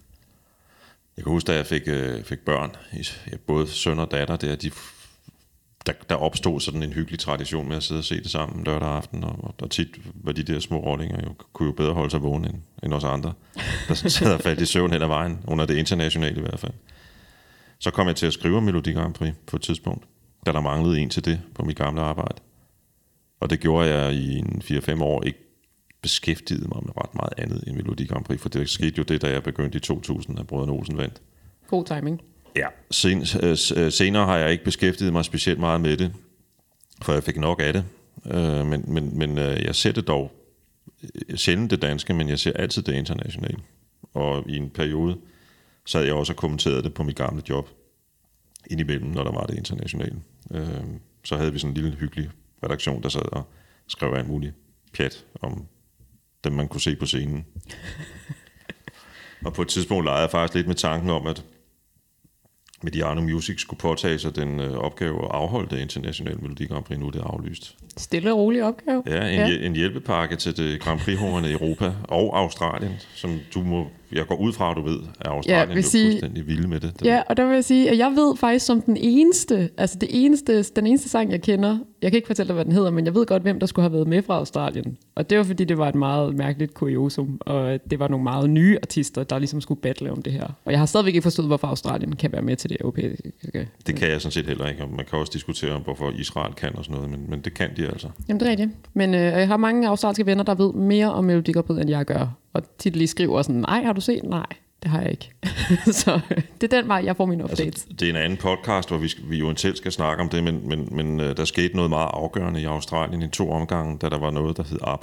[SPEAKER 1] Jeg kan huske, da jeg fik børn, både søn og datter, der, der opstod sådan en hyggelig tradition med at sidde og se det sammen lørdag aften, og tit var de der små rollinger kunne jo bedre holde sig vågne end os andre, der sad og faldt i søvn hen ad vejen, under det internationale i hvert fald. Så kom jeg til at skrive Melodi Grand Prix på et tidspunkt, da der manglede en til det på mit gamle arbejde. Og det gjorde jeg i en 4-5 år, ikke beskæftigede mig med ret meget andet end Melodi Grand Prix, for det skete jo det, da jeg begyndte i 2000, at Brødrene Olsen vandt.
[SPEAKER 2] God timing.
[SPEAKER 1] Ja, senere har jeg ikke beskæftiget mig specielt meget med det, for jeg fik nok af det. Men jeg ser det dog sjældent det danske, men jeg ser altid det internationale. Og i en periode sad jeg også og kommenterede det på mit gamle job, indimellem, når der var det internationale. Så havde vi sådan en lille hyggelig redaktion, der sad og skrev alt muligt pjat om dem, man kunne se på scenen. Og på et tidspunkt legede jeg faktisk lidt med tanken om, at Mediano Music skulle påtage sig den opgave at afholde det internationale Melodi Grand Prix, nu er det aflyst.
[SPEAKER 2] Stille og rolig opgave.
[SPEAKER 1] Ja, en hjælpepakke til det Grand Prix-hårene i Europa og Australien, som jeg går ud fra, at du ved, at Australien er fuldstændig vilde med det.
[SPEAKER 2] Ja, og der vil jeg sige, at jeg ved faktisk som den eneste sang, jeg kender, jeg kan ikke fortælle dig, hvad den hedder, men jeg ved godt, hvem der skulle have været med fra Australien. Og det var, fordi det var et meget mærkeligt kuriosum, og det var nogle meget nye artister, der ligesom skulle battle om det her. Og jeg har stadigvæk ikke forstået, hvorfor Australien kan være med til det europæiske.
[SPEAKER 1] Det kan jeg sådan set heller ikke, og man kan også diskutere om, hvorfor Israel kan og sådan noget, men det kan de altså.
[SPEAKER 2] Jamen det er rigtigt. Men jeg har mange australske venner, der ved mere om Melodi Grand Prix, end jeg gør. Og tit lige skriver sådan, nej, har du set? Nej, det har jeg ikke. Så det er den vej, jeg får mine updates. Altså,
[SPEAKER 1] det er en anden podcast, hvor vi jo selv skal snakke om det, men der skete noget meget afgørende i Australien i 2 omgange, da der var noget, der hed ABBA.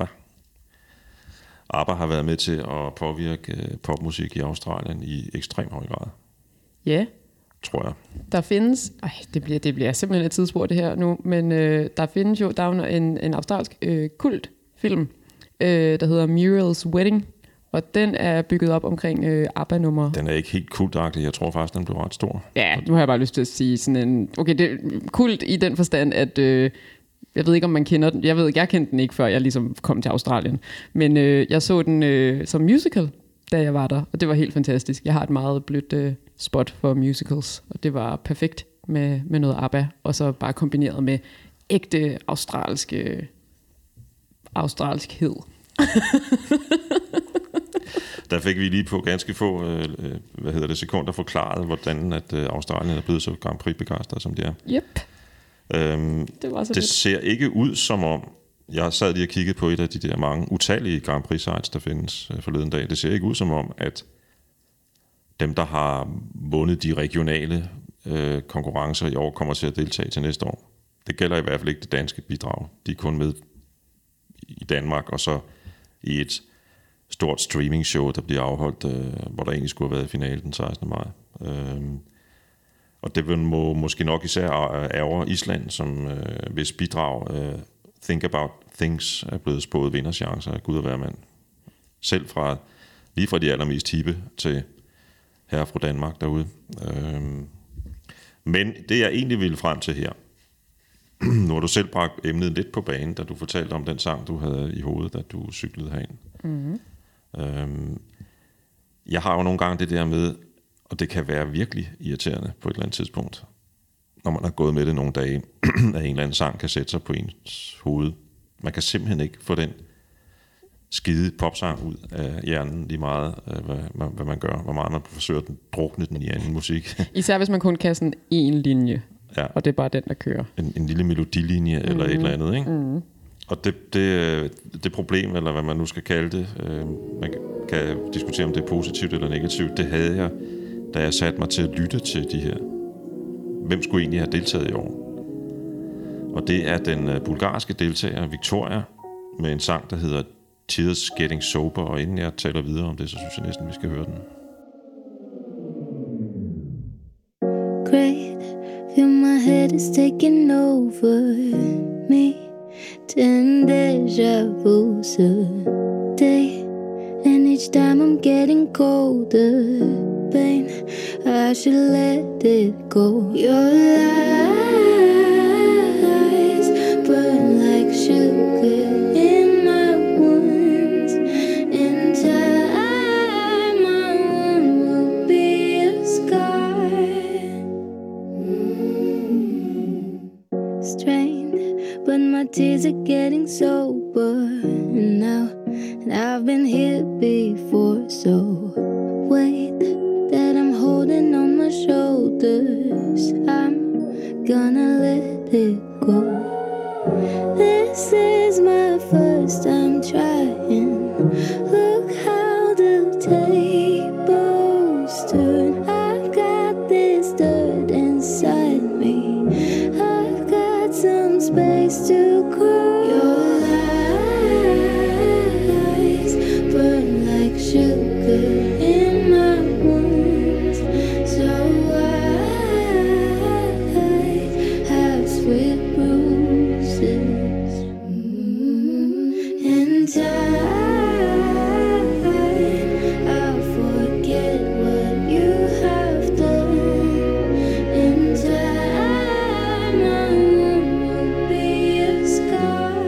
[SPEAKER 1] ABBA har været med til at påvirke popmusik i Australien i ekstrem høj grad.
[SPEAKER 2] Ja. Yeah.
[SPEAKER 1] Tror jeg.
[SPEAKER 2] Der findes, det bliver simpelthen et tidsspor det her nu, men der findes jo, der er en australsk kultfilm, der hedder Muriel's Wedding, og den er bygget op omkring ABBA-nummer. Den
[SPEAKER 1] er ikke helt kultagtig, jeg tror faktisk, den blev ret stor.
[SPEAKER 2] Ja, nu har jeg bare lyst til at sige sådan en, okay, det er kult i den forstand, at jeg ved ikke, om man kender den, jeg kendte den ikke, før jeg ligesom kom til Australien, men jeg så den som musical, da jeg var der, og det var helt fantastisk. Jeg har et meget blødt spot for musicals, og det var perfekt med noget ABBA, og så bare kombineret med ægte australskhed.
[SPEAKER 1] Der fik vi lige på ganske få sekunder forklaret, hvordan at Australien er blevet så Grand Prix begejstret, som det er.
[SPEAKER 2] Yep.
[SPEAKER 1] Det ser ikke ud som om, jeg sad lige og kiggede på et af de der mange utallige Grand Prix sites, der findes forleden dag. Det ser ikke ud som om, at dem, der har vundet de regionale konkurrencer i år, kommer til at deltage til næste år. Det gælder i hvert fald ikke det danske bidrag. De er kun med i Danmark, og så i et stort streaming-show, der bliver afholdt, hvor der egentlig skulle have været i finalen den 16. maj. Og det må måske nok især ærger Island, som hvis bidrag Think About Things er blevet spået vinderchancer af Gud og hver mand. Selv lige fra de allermest hippe til herre fra Danmark derude. Men det jeg egentlig ville frem til her, nu har du selv bragt emnet lidt på banen, da du fortalte om den sang, du havde i hovedet, da du cyklede herind. Mm-hmm. Jeg har jo nogle gange det der med, og det kan være virkelig irriterende på et eller andet tidspunkt, når man har gået med det nogle dage, at en eller anden sang kan sætte sig på ens hoved. Man kan simpelthen ikke få den skide popsang ud af hjernen lige meget, hvad man gør, hvor meget man forsøger at drukne den i anden musik.
[SPEAKER 2] Især hvis man kun kan sådan en linje, ja. Og det er bare den, der kører.
[SPEAKER 1] En lille melodilinje eller et eller andet, ikke? Mm. Og det problem, eller hvad man nu skal kalde det, man kan diskutere, om det er positivt eller negativt, det havde jeg, da jeg satte mig til at lytte til de her. Hvem skulle egentlig have deltaget i år? Og det er den bulgarske deltager, Victoria, med en sang, der hedder Tears Getting Sober, og inden jeg taler videre om det, så synes jeg næsten, vi skal høre den.
[SPEAKER 3] Great, feel my head is taking over me. 10 deja vu's a day, and each time I'm getting colder. Pain, I should let it go. Your lies burn like sugar in my wounds. In time, my wound will be a scar. strained, but my tears are getting sober now. And I've been here before, so weight that I'm holding on my shoulders, I'm gonna let it go. This is my first time trying. Look how the tables turn. I've got this dirt inside me. I've got some space to grow. Your eyes burn like sugar in my wounds. So I have sweet bruises. In time, I'll forget what you have done. In time, I won't be a scar.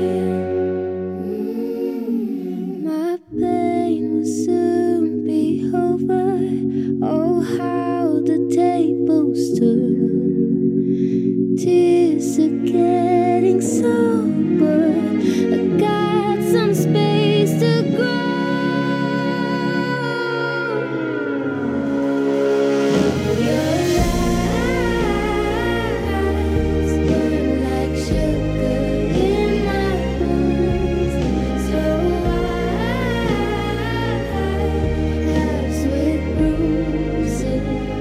[SPEAKER 3] My pain will soon be over. Oh, how the tables turn. Tears are getting sober. I got some space to grow. Your eyes burn like sugar in my bones. So I have sweet bruises.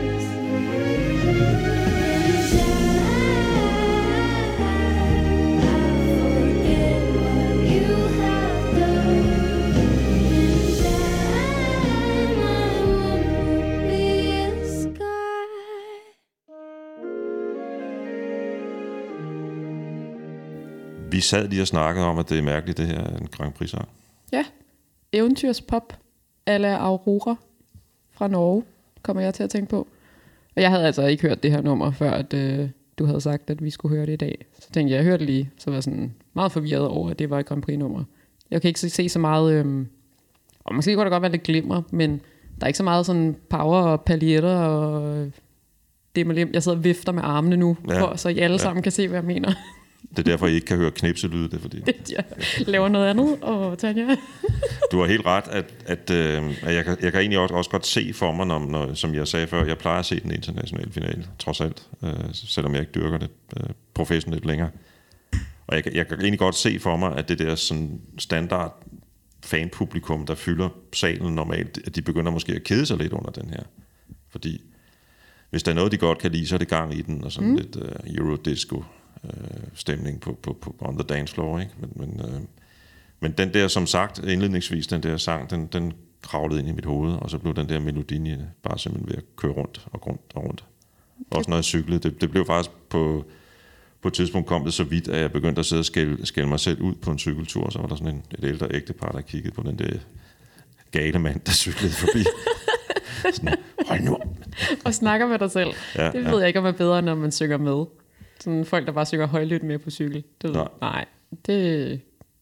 [SPEAKER 1] Vi sad lige og snakkede om, at det er mærkeligt, det her er en Grand Prix-sang.
[SPEAKER 2] Ja, eventyrspop eller Aurora fra Norge, kommer jeg til at tænke på. Og jeg havde altså ikke hørt det her nummer, før at, du havde sagt, at vi skulle høre det i dag. Så tænkte jeg hørte det lige, så var jeg sådan meget forvirret over, at det var et Grand Prix-nummer. Jeg kan ikke se så meget, og måske kunne der godt være lidt glimmer, men der er ikke så meget sådan power og paljetter og det med jeg sidder og vifter med armene nu, så I alle sammen kan se, hvad jeg mener.
[SPEAKER 1] Det er derfor, I ikke kan høre knipselyde, det er fordi...
[SPEAKER 2] Jeg laver noget andet, og Tanja...
[SPEAKER 1] Du har helt ret, at jeg kan egentlig også godt se for mig, når, som jeg sagde før, jeg plejer at se den internationale finale, trods alt, selvom jeg ikke dyrker det professionelt længere. Og jeg kan egentlig godt se for mig, at det der sådan standard fanpublikum, der fylder salen normalt, at de begynder måske at kede sig lidt under den her. Fordi hvis der er noget, de godt kan lide, så er det gang i den, og sådan lidt Eurodisco stemning på on the dance floor, ikke? Men den der, som sagt, indledningsvis, den der sang, den kravlede ind i mit hoved, og så blev den der melodilinje bare simpelthen ved at køre rundt og rundt og rundt. Også når jeg cyklede. Det blev faktisk på et tidspunkt kom det så vidt, at jeg begyndte at sidde og skælde mig selv ud på en cykeltur, og så var der sådan et ældre ægtepar, der kiggede på den der gale mand, der cyklede forbi. Sådan, hold nu.
[SPEAKER 2] Og snakker med dig selv. Ja, det ved jeg ikke, om er bedre, når man synger med. Sådan folk, der bare synger højlydt med på cykel. Det ved, nej, det...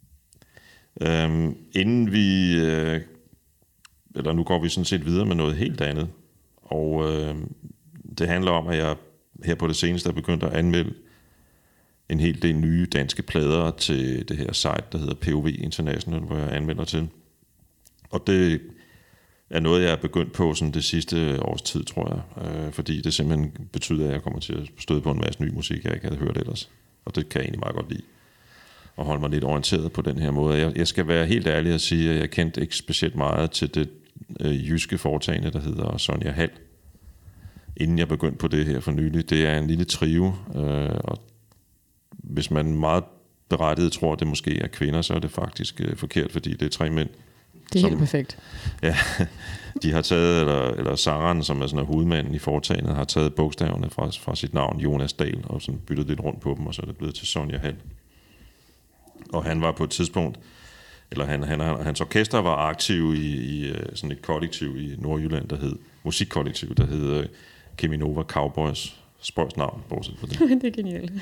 [SPEAKER 1] Inden vi... eller nu går vi sådan set videre med noget helt andet. Og det handler om, at jeg her på det seneste er begyndt at anmelde en hel del nye danske plader til det her site, der hedder POV International, hvor jeg anmelder til. Og det er noget, jeg er begyndt på sådan det sidste års tid, tror jeg. Fordi det simpelthen betyder, at jeg kommer til at støde på en masse ny musik, jeg ikke havde hørt ellers. Og det kan jeg egentlig meget godt lide. Og holde mig lidt orienteret på den her måde. Jeg skal være helt ærlig at sige, at jeg kendte ikke specielt meget til det jyske foretagende, der hedder Sonja Hald. Inden jeg begyndte på det her for nylig. Det er en lille trio, og hvis man meget berettiget tror, at det måske er kvinder, så er det faktisk forkert, fordi det er 3 mænd.
[SPEAKER 2] Det er helt perfekt.
[SPEAKER 1] Ja, de har taget, eller sangeren, som er sådan hovedmanden i foretagendet, har taget bogstaverne fra sit navn, Jonas Dahl, og sådan byttet lidt rundt på dem, og så er det blevet til Sonja Hald. Og han var på et tidspunkt, eller hans orkester var aktiv i sådan et kollektiv i Nordjylland, der hed musikkollektiv, der hed Keminova Cowboys. Spøjs navn, bortset fra det.
[SPEAKER 2] Det er genialt.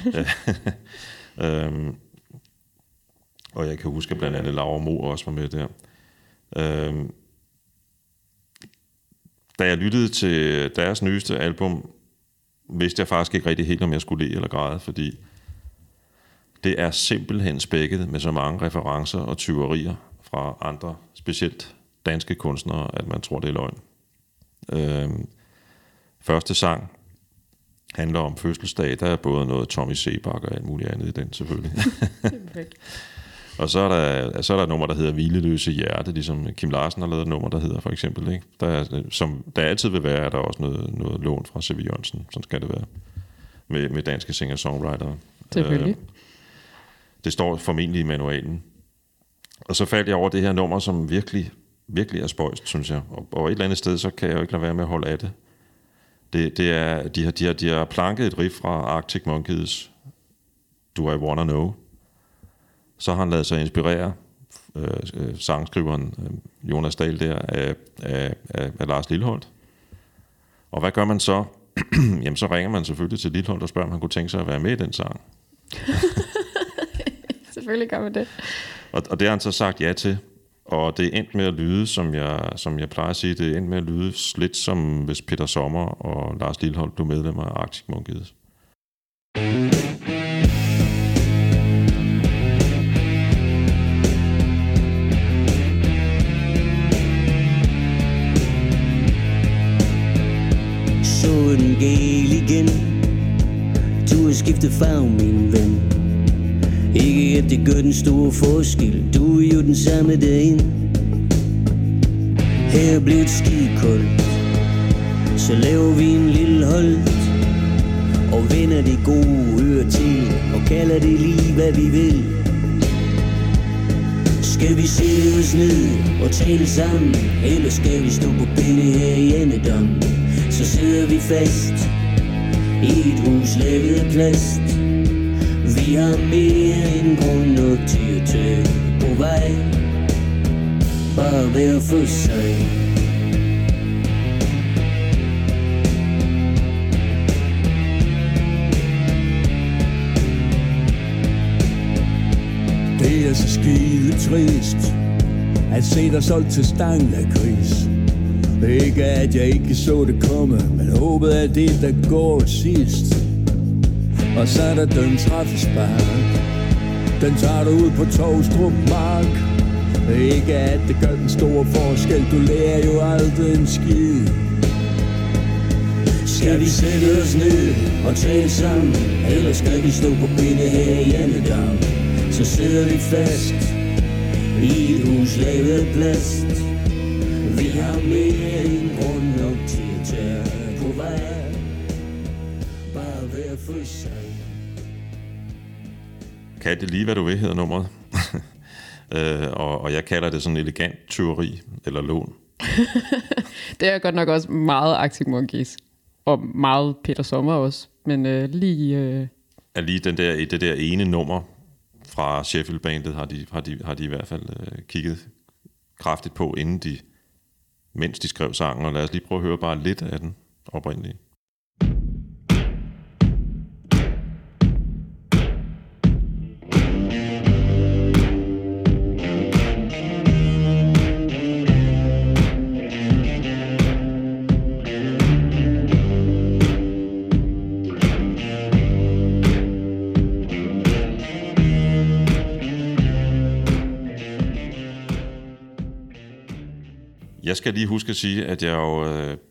[SPEAKER 1] Og jeg kan huske, at blandt andet Laura Mo også var med der. Da jeg lyttede til deres nyeste album, vidste jeg faktisk ikke rigtig helt, om jeg skulle le eller græde, fordi Det er simpelthen spækket med så mange referencer og tyverier fra andre, specielt danske kunstnere, at man tror, det er løgn. Første sang handler om fødselsdag. Der er både noget Tommy Sebak og alt muligt andet i den, selvfølgelig. Og så er der et nummer, der hedder Hvileløse Hjerte, ligesom Kim Larsen har lavet et nummer, der hedder for eksempel. Ikke? Der altid vil være, er der også noget lån fra C.V. Jørgensen. Sådan skal det være. Med danske singer-songwriter.
[SPEAKER 2] Selvfølgelig.
[SPEAKER 1] Det står formentlig i manualen. Og så faldt jeg over det her nummer, som virkelig, virkelig er spøjst, synes jeg. Og et eller andet sted, så kan jeg jo ikke lade være med at holde af det. Det er, de har planket et riff fra Arctic Monkeys Do I Wanna Know. Så har han ladet sig inspirere sangskriveren Jonas Dahl der af Lars Lilholt. Og hvad gør man så? Jamen så ringer man selvfølgelig til Lilholt og spørger, om han kunne tænke sig at være med i den sang.
[SPEAKER 2] Selvfølgelig gør man det.
[SPEAKER 1] Og det har han så sagt ja til. Og det er endt med at lyde, som jeg plejer at sige, det er endt med at lyde lidt som hvis Peter Sommer og Lars Lilholt blev medlemmer af Arctic Monkeys.
[SPEAKER 5] Så den gale igen. Du har skiftet farve, min ven. Ikke at det gør den store forskel. Du er jo den samme derinde. Her er blevet skidekoldt. Så laver vi en lille holdt og vender de gode ører til og kalder det lige hvad vi vil. Skal vi sætte os ned og tale sammen, eller skal vi stå på pinde her i andedom? Så sidder vi fast i et hus lavet af plast. Vi har mere end grund nok til at tage på vej, bare hver for sig.
[SPEAKER 6] Det er så skide trist at se dig solgt til stanglakris. Ikke at jeg ikke så det komme, men håbet er det, der går sidst. Og så er der den straffespark. Den tager du ud på Tovstrup Mark. Ikke at det gør den store forskel. Du lærer jo aldrig en skid. Skal vi sætte os ned og tale sammen, eller skal vi stå på pinde her i andedom? Så sidder vi fast i et hus lavet af plast. Vi har mere end grund nok til at tage på vej, bare hver for sig.
[SPEAKER 1] Kald det lige, hvad du vil, hedder nummeret. og jeg kalder det sådan en elegant tyveri eller lån.
[SPEAKER 2] Det er godt nok også meget Arctic Monkeys. Og meget Peter Sommer også. Men lige...
[SPEAKER 1] Er lige det der ene nummer fra Sheffield-bandet har de i hvert fald kigget kraftigt på, mens de skrev sangen. Og lad os lige prøve at høre bare lidt af den oprindelige. Jeg skal lige huske at sige, at jeg jo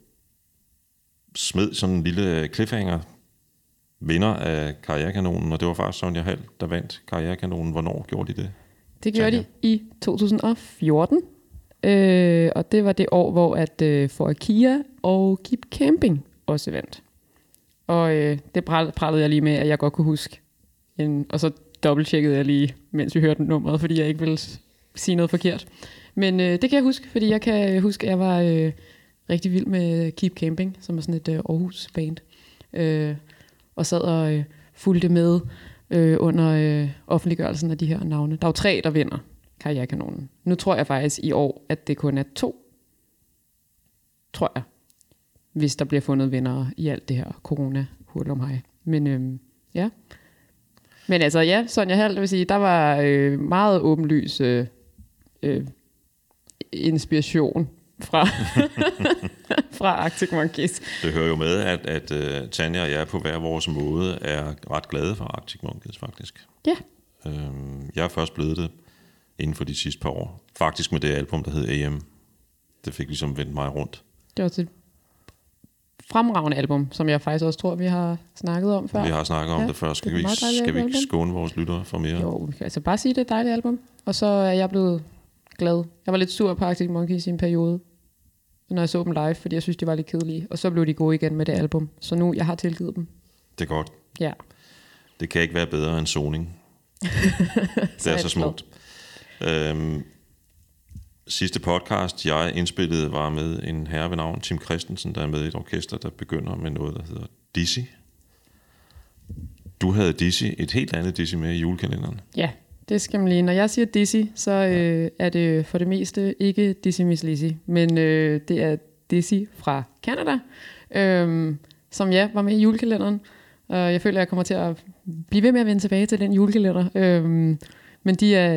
[SPEAKER 1] smed sådan en lille cliffhanger vinder af Karrierekanonen, og det var faktisk Sonja Hald, der vandt Karrierekanonen. Hvornår gjorde de det?
[SPEAKER 2] Det gjorde de i 2014, og det var det år, hvor at Forakia og Keep Camping også vandt. Og det prallede jeg lige med, at jeg godt kunne huske. Og så dobbelttjekkede jeg lige, mens vi hørte nummeret, fordi jeg ikke ville sige noget forkert. Men det kan jeg huske, fordi jeg kan huske, at jeg var rigtig vild med Keep Camping, som er sådan et Aarhus-band. Og sad og fulgte med under offentliggørelsen af de her navne. Der er jo 3, der vinder Karrierekanonen. Nu tror jeg faktisk i år, at det kun er 2. Tror jeg. Hvis der bliver fundet vinder i alt det her corona-hul om hej. Men ja. Men altså ja, Sonja Hald, det vil sige, der var meget åbenlys inspiration fra Arctic Monkeys.
[SPEAKER 1] Det hører jo med, at Tanja og jeg på hver vores måde er ret glade for Arctic Monkeys, faktisk.
[SPEAKER 2] Ja,
[SPEAKER 1] Jeg er først blevet det inden for de sidste par år. Faktisk med det album, der hed AM. Det fik ligesom vendt mig rundt.
[SPEAKER 2] Det var et fremragende album, som jeg faktisk også tror, vi har snakket om før.
[SPEAKER 1] Vi har snakket om det før. Skal vi ikke skåne vores lyttere for mere?
[SPEAKER 2] Jo, vi kan altså bare sige, det er et dejligt album. Og så er jeg blevet glad. Jeg var lidt sur på Arctic Monkeys i en periode, når jeg så dem live, fordi jeg synes, de var lidt kedelige. Og så blev de gode igen med det album. Så nu, jeg har tilgivet dem.
[SPEAKER 1] Det er godt.
[SPEAKER 2] Ja.
[SPEAKER 1] Det kan ikke være bedre end soning. Det er så smukt. Sidste podcast, jeg indspillede, var med en herre ved navn Tim Christensen, der er med i et orkester, der begynder med noget, der hedder Dizzy. Du havde Dizzy, et helt andet Dizzy med i julekalenderen.
[SPEAKER 2] Ja, det skal man lige. Når jeg siger Dizzy, så er det for det meste ikke Dizzy Miss Lizzy, men det er Dizzy fra Canada, som var med i julekalenderen. Jeg føler, at jeg kommer til at blive ved med at vende tilbage til den julekalender. Men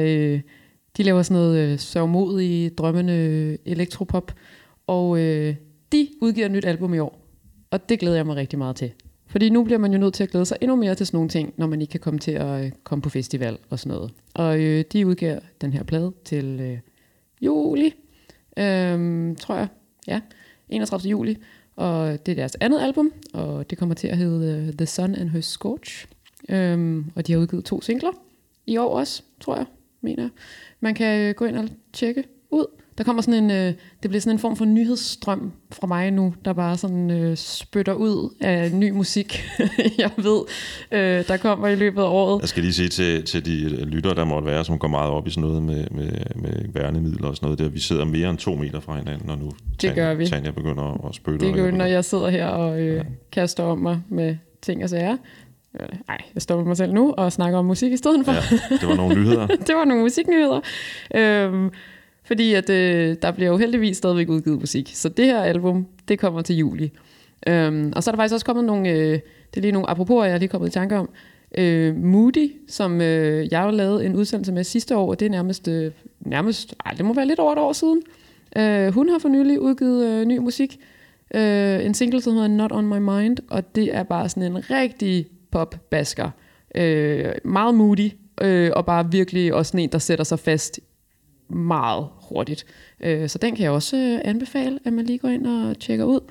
[SPEAKER 2] de laver sådan noget sørgmodig, drømmende elektropop, og de udgiver et nyt album i år. Og det glæder jeg mig rigtig meget til. Fordi nu bliver man jo nødt til at glæde sig endnu mere til sådan nogle ting, når man ikke kan komme til at komme på festival og sådan noget. Og de udgiver den her plade til juli, tror jeg. Ja, 31. juli. Og det er deres andet album, og det kommer til at hedde The Sun and Her Scorch. Og de har udgivet 2 singler i år også, tror jeg, mener jeg. Man kan gå ind og tjekke ud. Der kommer sådan en, det bliver sådan en form for nyhedsstrøm fra mig nu, der bare sådan spytter ud af ny musik, jeg ved, der kommer i løbet af året. Jeg skal lige sige til de lyttere, der måtte være, som går meget op i sådan noget med værnemidler og sådan noget der. Vi sidder mere end 2 meter fra hinanden, når nu Tanja begynder at spytte. Det gør vi, når jeg sidder her og kaster om mig med ting og sager. Nej, jeg stopper mig selv nu og snakker om musik i stedet for. Ja, det var nogle nyheder. Det var nogle musiknyheder. Fordi at der bliver jo heldigvis stadigvæk udgivet musik. Så det her album, det kommer til juli. Og så er der faktisk også kommet nogle, det er lige nogle apropos, jeg er lige kommet i tanke om. Moody, som jeg har lavet en udsendelse med sidste år, og det er nærmest, det må være lidt over et år siden. Hun har for nylig udgivet ny musik. En single, som hedder Not On My Mind, og det er bare sådan en rigtig pop-basker. Meget moody, og bare virkelig også en, der sætter sig fast meget hurtigt. Så den kan jeg også anbefale, at man lige går ind og tjekker ud.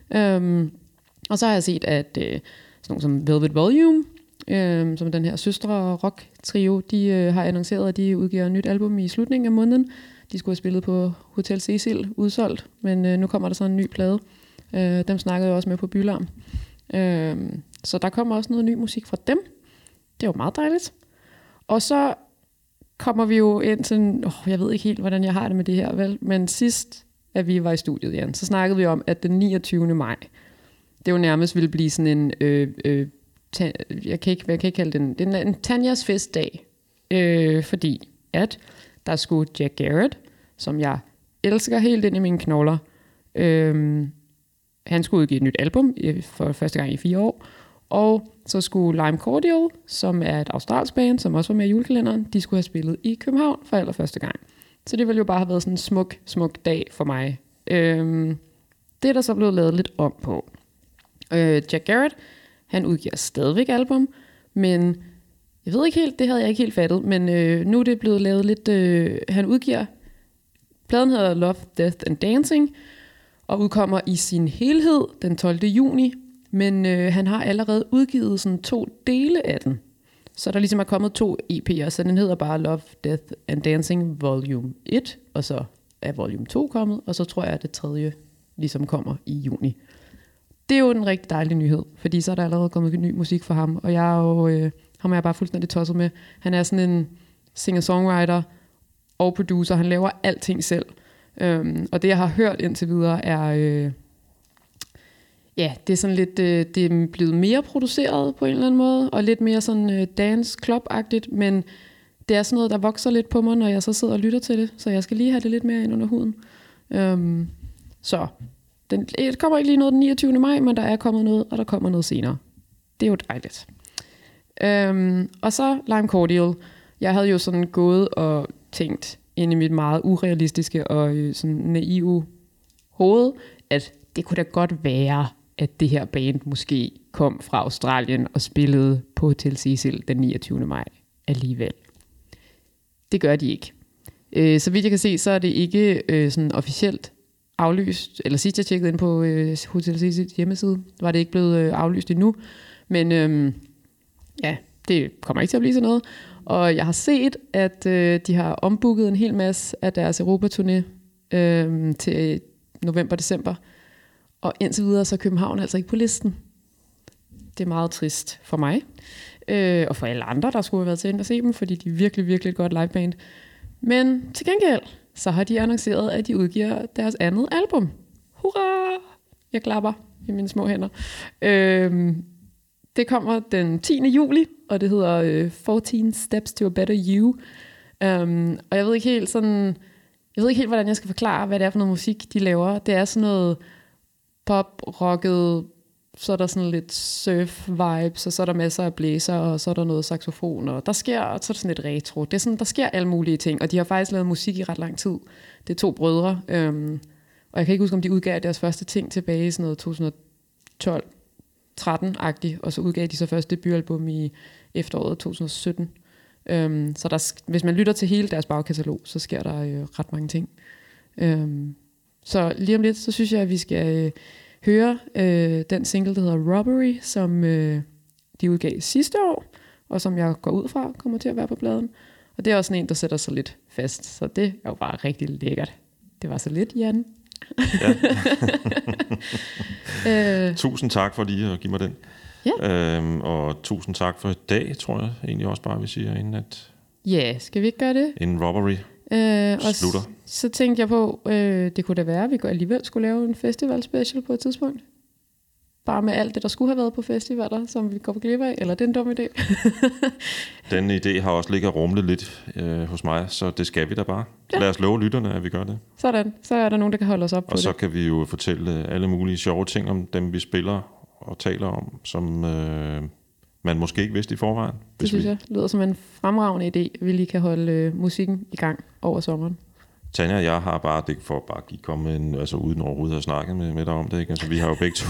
[SPEAKER 2] Og så har jeg set, at sådan nogle som Velvet Volume, som den her søstre rock trio, de har annonceret, at de udgiver et nyt album i slutningen af måneden. De skulle have spillet på Hotel Cecil, udsolgt, men nu kommer der så en ny plade. Dem snakkede jeg også med på Bylarm. Så der kommer også noget ny musik fra dem. Det er jo meget dejligt. Og så kommer vi jo ind til, jeg ved ikke helt, hvordan jeg har det med det her, vel? Men sidst, at vi var i studiet igen, så snakkede vi om, at den 29. maj, det jo nærmest ville blive sådan en, jeg kan ikke kalde den, det er en Tanjas festdag, fordi at der skulle Jack Garrett, som jeg elsker helt ind i mine knogler, han skulle udgive et nyt album for første gang i 4 år, og så skulle Lime Cordial, som er et australsk band, som også var med i julekalenderen, de skulle have spillet i København for allerførste gang. Så det ville jo bare have været sådan en smuk dag for mig. Det er der så blevet lavet lidt om på. Jack Garrett, han udgiver stadigvæk album, men jeg ved ikke helt, det havde jeg ikke helt fattet, men nu er det blevet lavet lidt, han udgiver, pladen hedder Love, Death and Dancing, og udkommer i sin helhed den 12. juni, men han har allerede udgivet sådan 2 dele af den. Så der ligesom er kommet 2 EP'er, så den hedder bare Love, Death and Dancing Volume 1, og så er Volume 2 kommet, og så tror jeg, at det 3. ligesom kommer i juni. Det er jo en rigtig dejlig nyhed, fordi så er der allerede kommet ny musik for ham, og jeg er jo, ham er jeg bare fuldstændig tosset med. Han er sådan en singer-songwriter og producer, han laver alting selv. Og det jeg har hørt indtil videre er det er sådan lidt det er blevet mere produceret på en eller anden måde, og lidt mere sådan dance club-agtigt, men det er sådan noget der vokser lidt på mig, når jeg så sidder og lytter til det, så jeg skal lige have det lidt mere ind under huden. Så det kommer ikke lige noget den 29. maj, men der er kommet noget, og der kommer noget senere. Det er jo dejligt. Og så Lime Cordial. Jeg havde jo sådan gået og tænkt ind i mit meget urealistiske og sådan naive hoved, at det kunne da godt være, at det her band måske kom fra Australien og spillede på Hotel Cecil den 29. maj. alligevel. Det gør de ikke. Så vidt jeg kan se, så er det ikke sådan officielt aflyst, eller sidst jeg tjekkede ind på Hotel Cecils hjemmeside, var det ikke blevet aflyst endnu, men ja, det kommer ikke til at blive sådan noget. Og jeg har set, at de har ombooket en hel masse af deres Europa-turné til november-december, og indtil videre så er København altså ikke på listen. Det er meget trist for mig, og for alle andre, der skulle have været til at se dem, fordi de er virkelig, virkelig et godt liveband. Men til gengæld, så har de annonceret, at de udgiver deres andet album. Hurra! Jeg klapper i mine små hænder. Det kommer den 10. juli, og det hedder 14 Steps to a Better You. Og jeg ved ikke helt, hvordan jeg skal forklare, hvad det er for noget musik, de laver. Det er sådan noget pop-rocket, så er der sådan lidt surf-vibes, og så er der masser af blæser, og så er der noget saxofon, og så er der sådan lidt retro. Det er sådan, der sker alle mulige ting, og de har faktisk lavet musik i ret lang tid. Det er 2 brødre, og jeg kan ikke huske, om de udgav deres første ting tilbage i sådan noget 2012-13-agtigt, og så udgav de så først debutalbum i efteråret 2017. Så hvis man lytter til hele deres bagkatalog, så sker der ret mange ting. Så lige om lidt, så synes jeg, at vi skal høre den single, der hedder Robbery, som de udgav sidste år, og som jeg går ud fra kommer til at være på pladen. Og det er også sådan en, der sætter sig lidt fast, så det er jo bare rigtig lækkert. Det var så lidt, Jan.
[SPEAKER 1] Ja. Tusind tak for lige at give mig den.
[SPEAKER 2] Ja.
[SPEAKER 1] Og tusind tak for i dag, tror jeg egentlig også bare, vi siger, inden at...
[SPEAKER 2] Ja, skal vi ikke gøre det?
[SPEAKER 1] Inden Robbery slutter.
[SPEAKER 2] Så tænkte jeg på, det kunne da være, at vi alligevel skulle lave en festival special på et tidspunkt. Bare med alt det, der skulle have været på festivaler, som vi går på glip af, eller det er en dum idé.
[SPEAKER 1] Den idé har også ligget og rumlet lidt hos mig, så det skal vi da bare. Ja. Lad os love lytterne, at vi gør det.
[SPEAKER 2] Sådan, så er der nogen, der kan holde os op på det.
[SPEAKER 1] Og så kan vi jo fortælle alle mulige sjove ting om dem, vi spiller og taler om, som man måske ikke vidste i forvejen.
[SPEAKER 2] Det synes jeg lyder som en fremragende idé, at vi lige kan holde musikken i gang over sommeren.
[SPEAKER 1] Tanja og jeg har bare, det for bare at komme en, altså uden overhovedet at snakke med dig om det, ikke? Altså vi har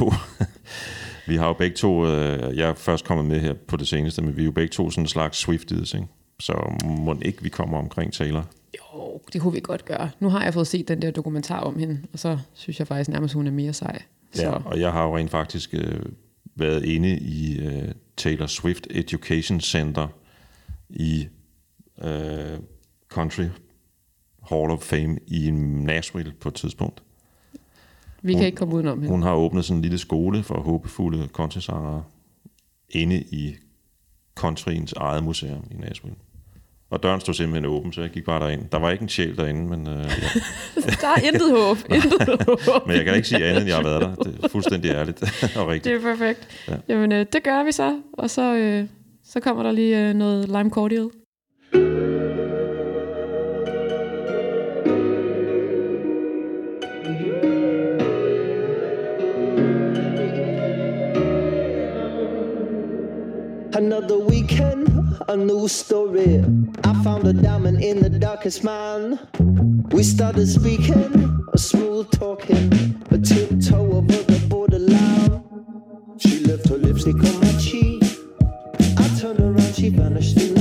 [SPEAKER 1] jo begge to, jeg er først kommet med her på det seneste, men vi er jo begge to sådan en slags Swifties, ikke? Så må ikke vi kommer omkring Taylor.
[SPEAKER 2] Jo, det kunne vi godt gøre. Nu har jeg fået set den der dokumentar om hende, og så synes jeg faktisk nærmest, hun er mere sej. Så.
[SPEAKER 1] Ja, og jeg har jo rent faktisk været inde i Taylor Swift Education Center i Country Hall of Fame i Nashville på et tidspunkt.
[SPEAKER 2] Vi kan ikke komme udenom hende.
[SPEAKER 1] Hun har åbnet sådan en lille skole for håbefulde countrysangere inde i countryens eget museum i Nashville. Og døren stod simpelthen åben, så jeg gik bare derind. Der var ikke en sjæl derinde, men... Ja.
[SPEAKER 2] Der er intet håb.
[SPEAKER 1] Men jeg kan da ikke sige andet, end jeg har været der. Det er fuldstændig ærligt og rigtigt.
[SPEAKER 2] Det er perfekt. Ja. Jamen, det gør vi så. Og så kommer der lige noget lime cordial.
[SPEAKER 7] Another weekend, a new story. I found a diamond in the darkest mine. We started speaking, a smooth talking, a tiptoe over the borderline. She left her lipstick on my cheek. I turned around, she vanished in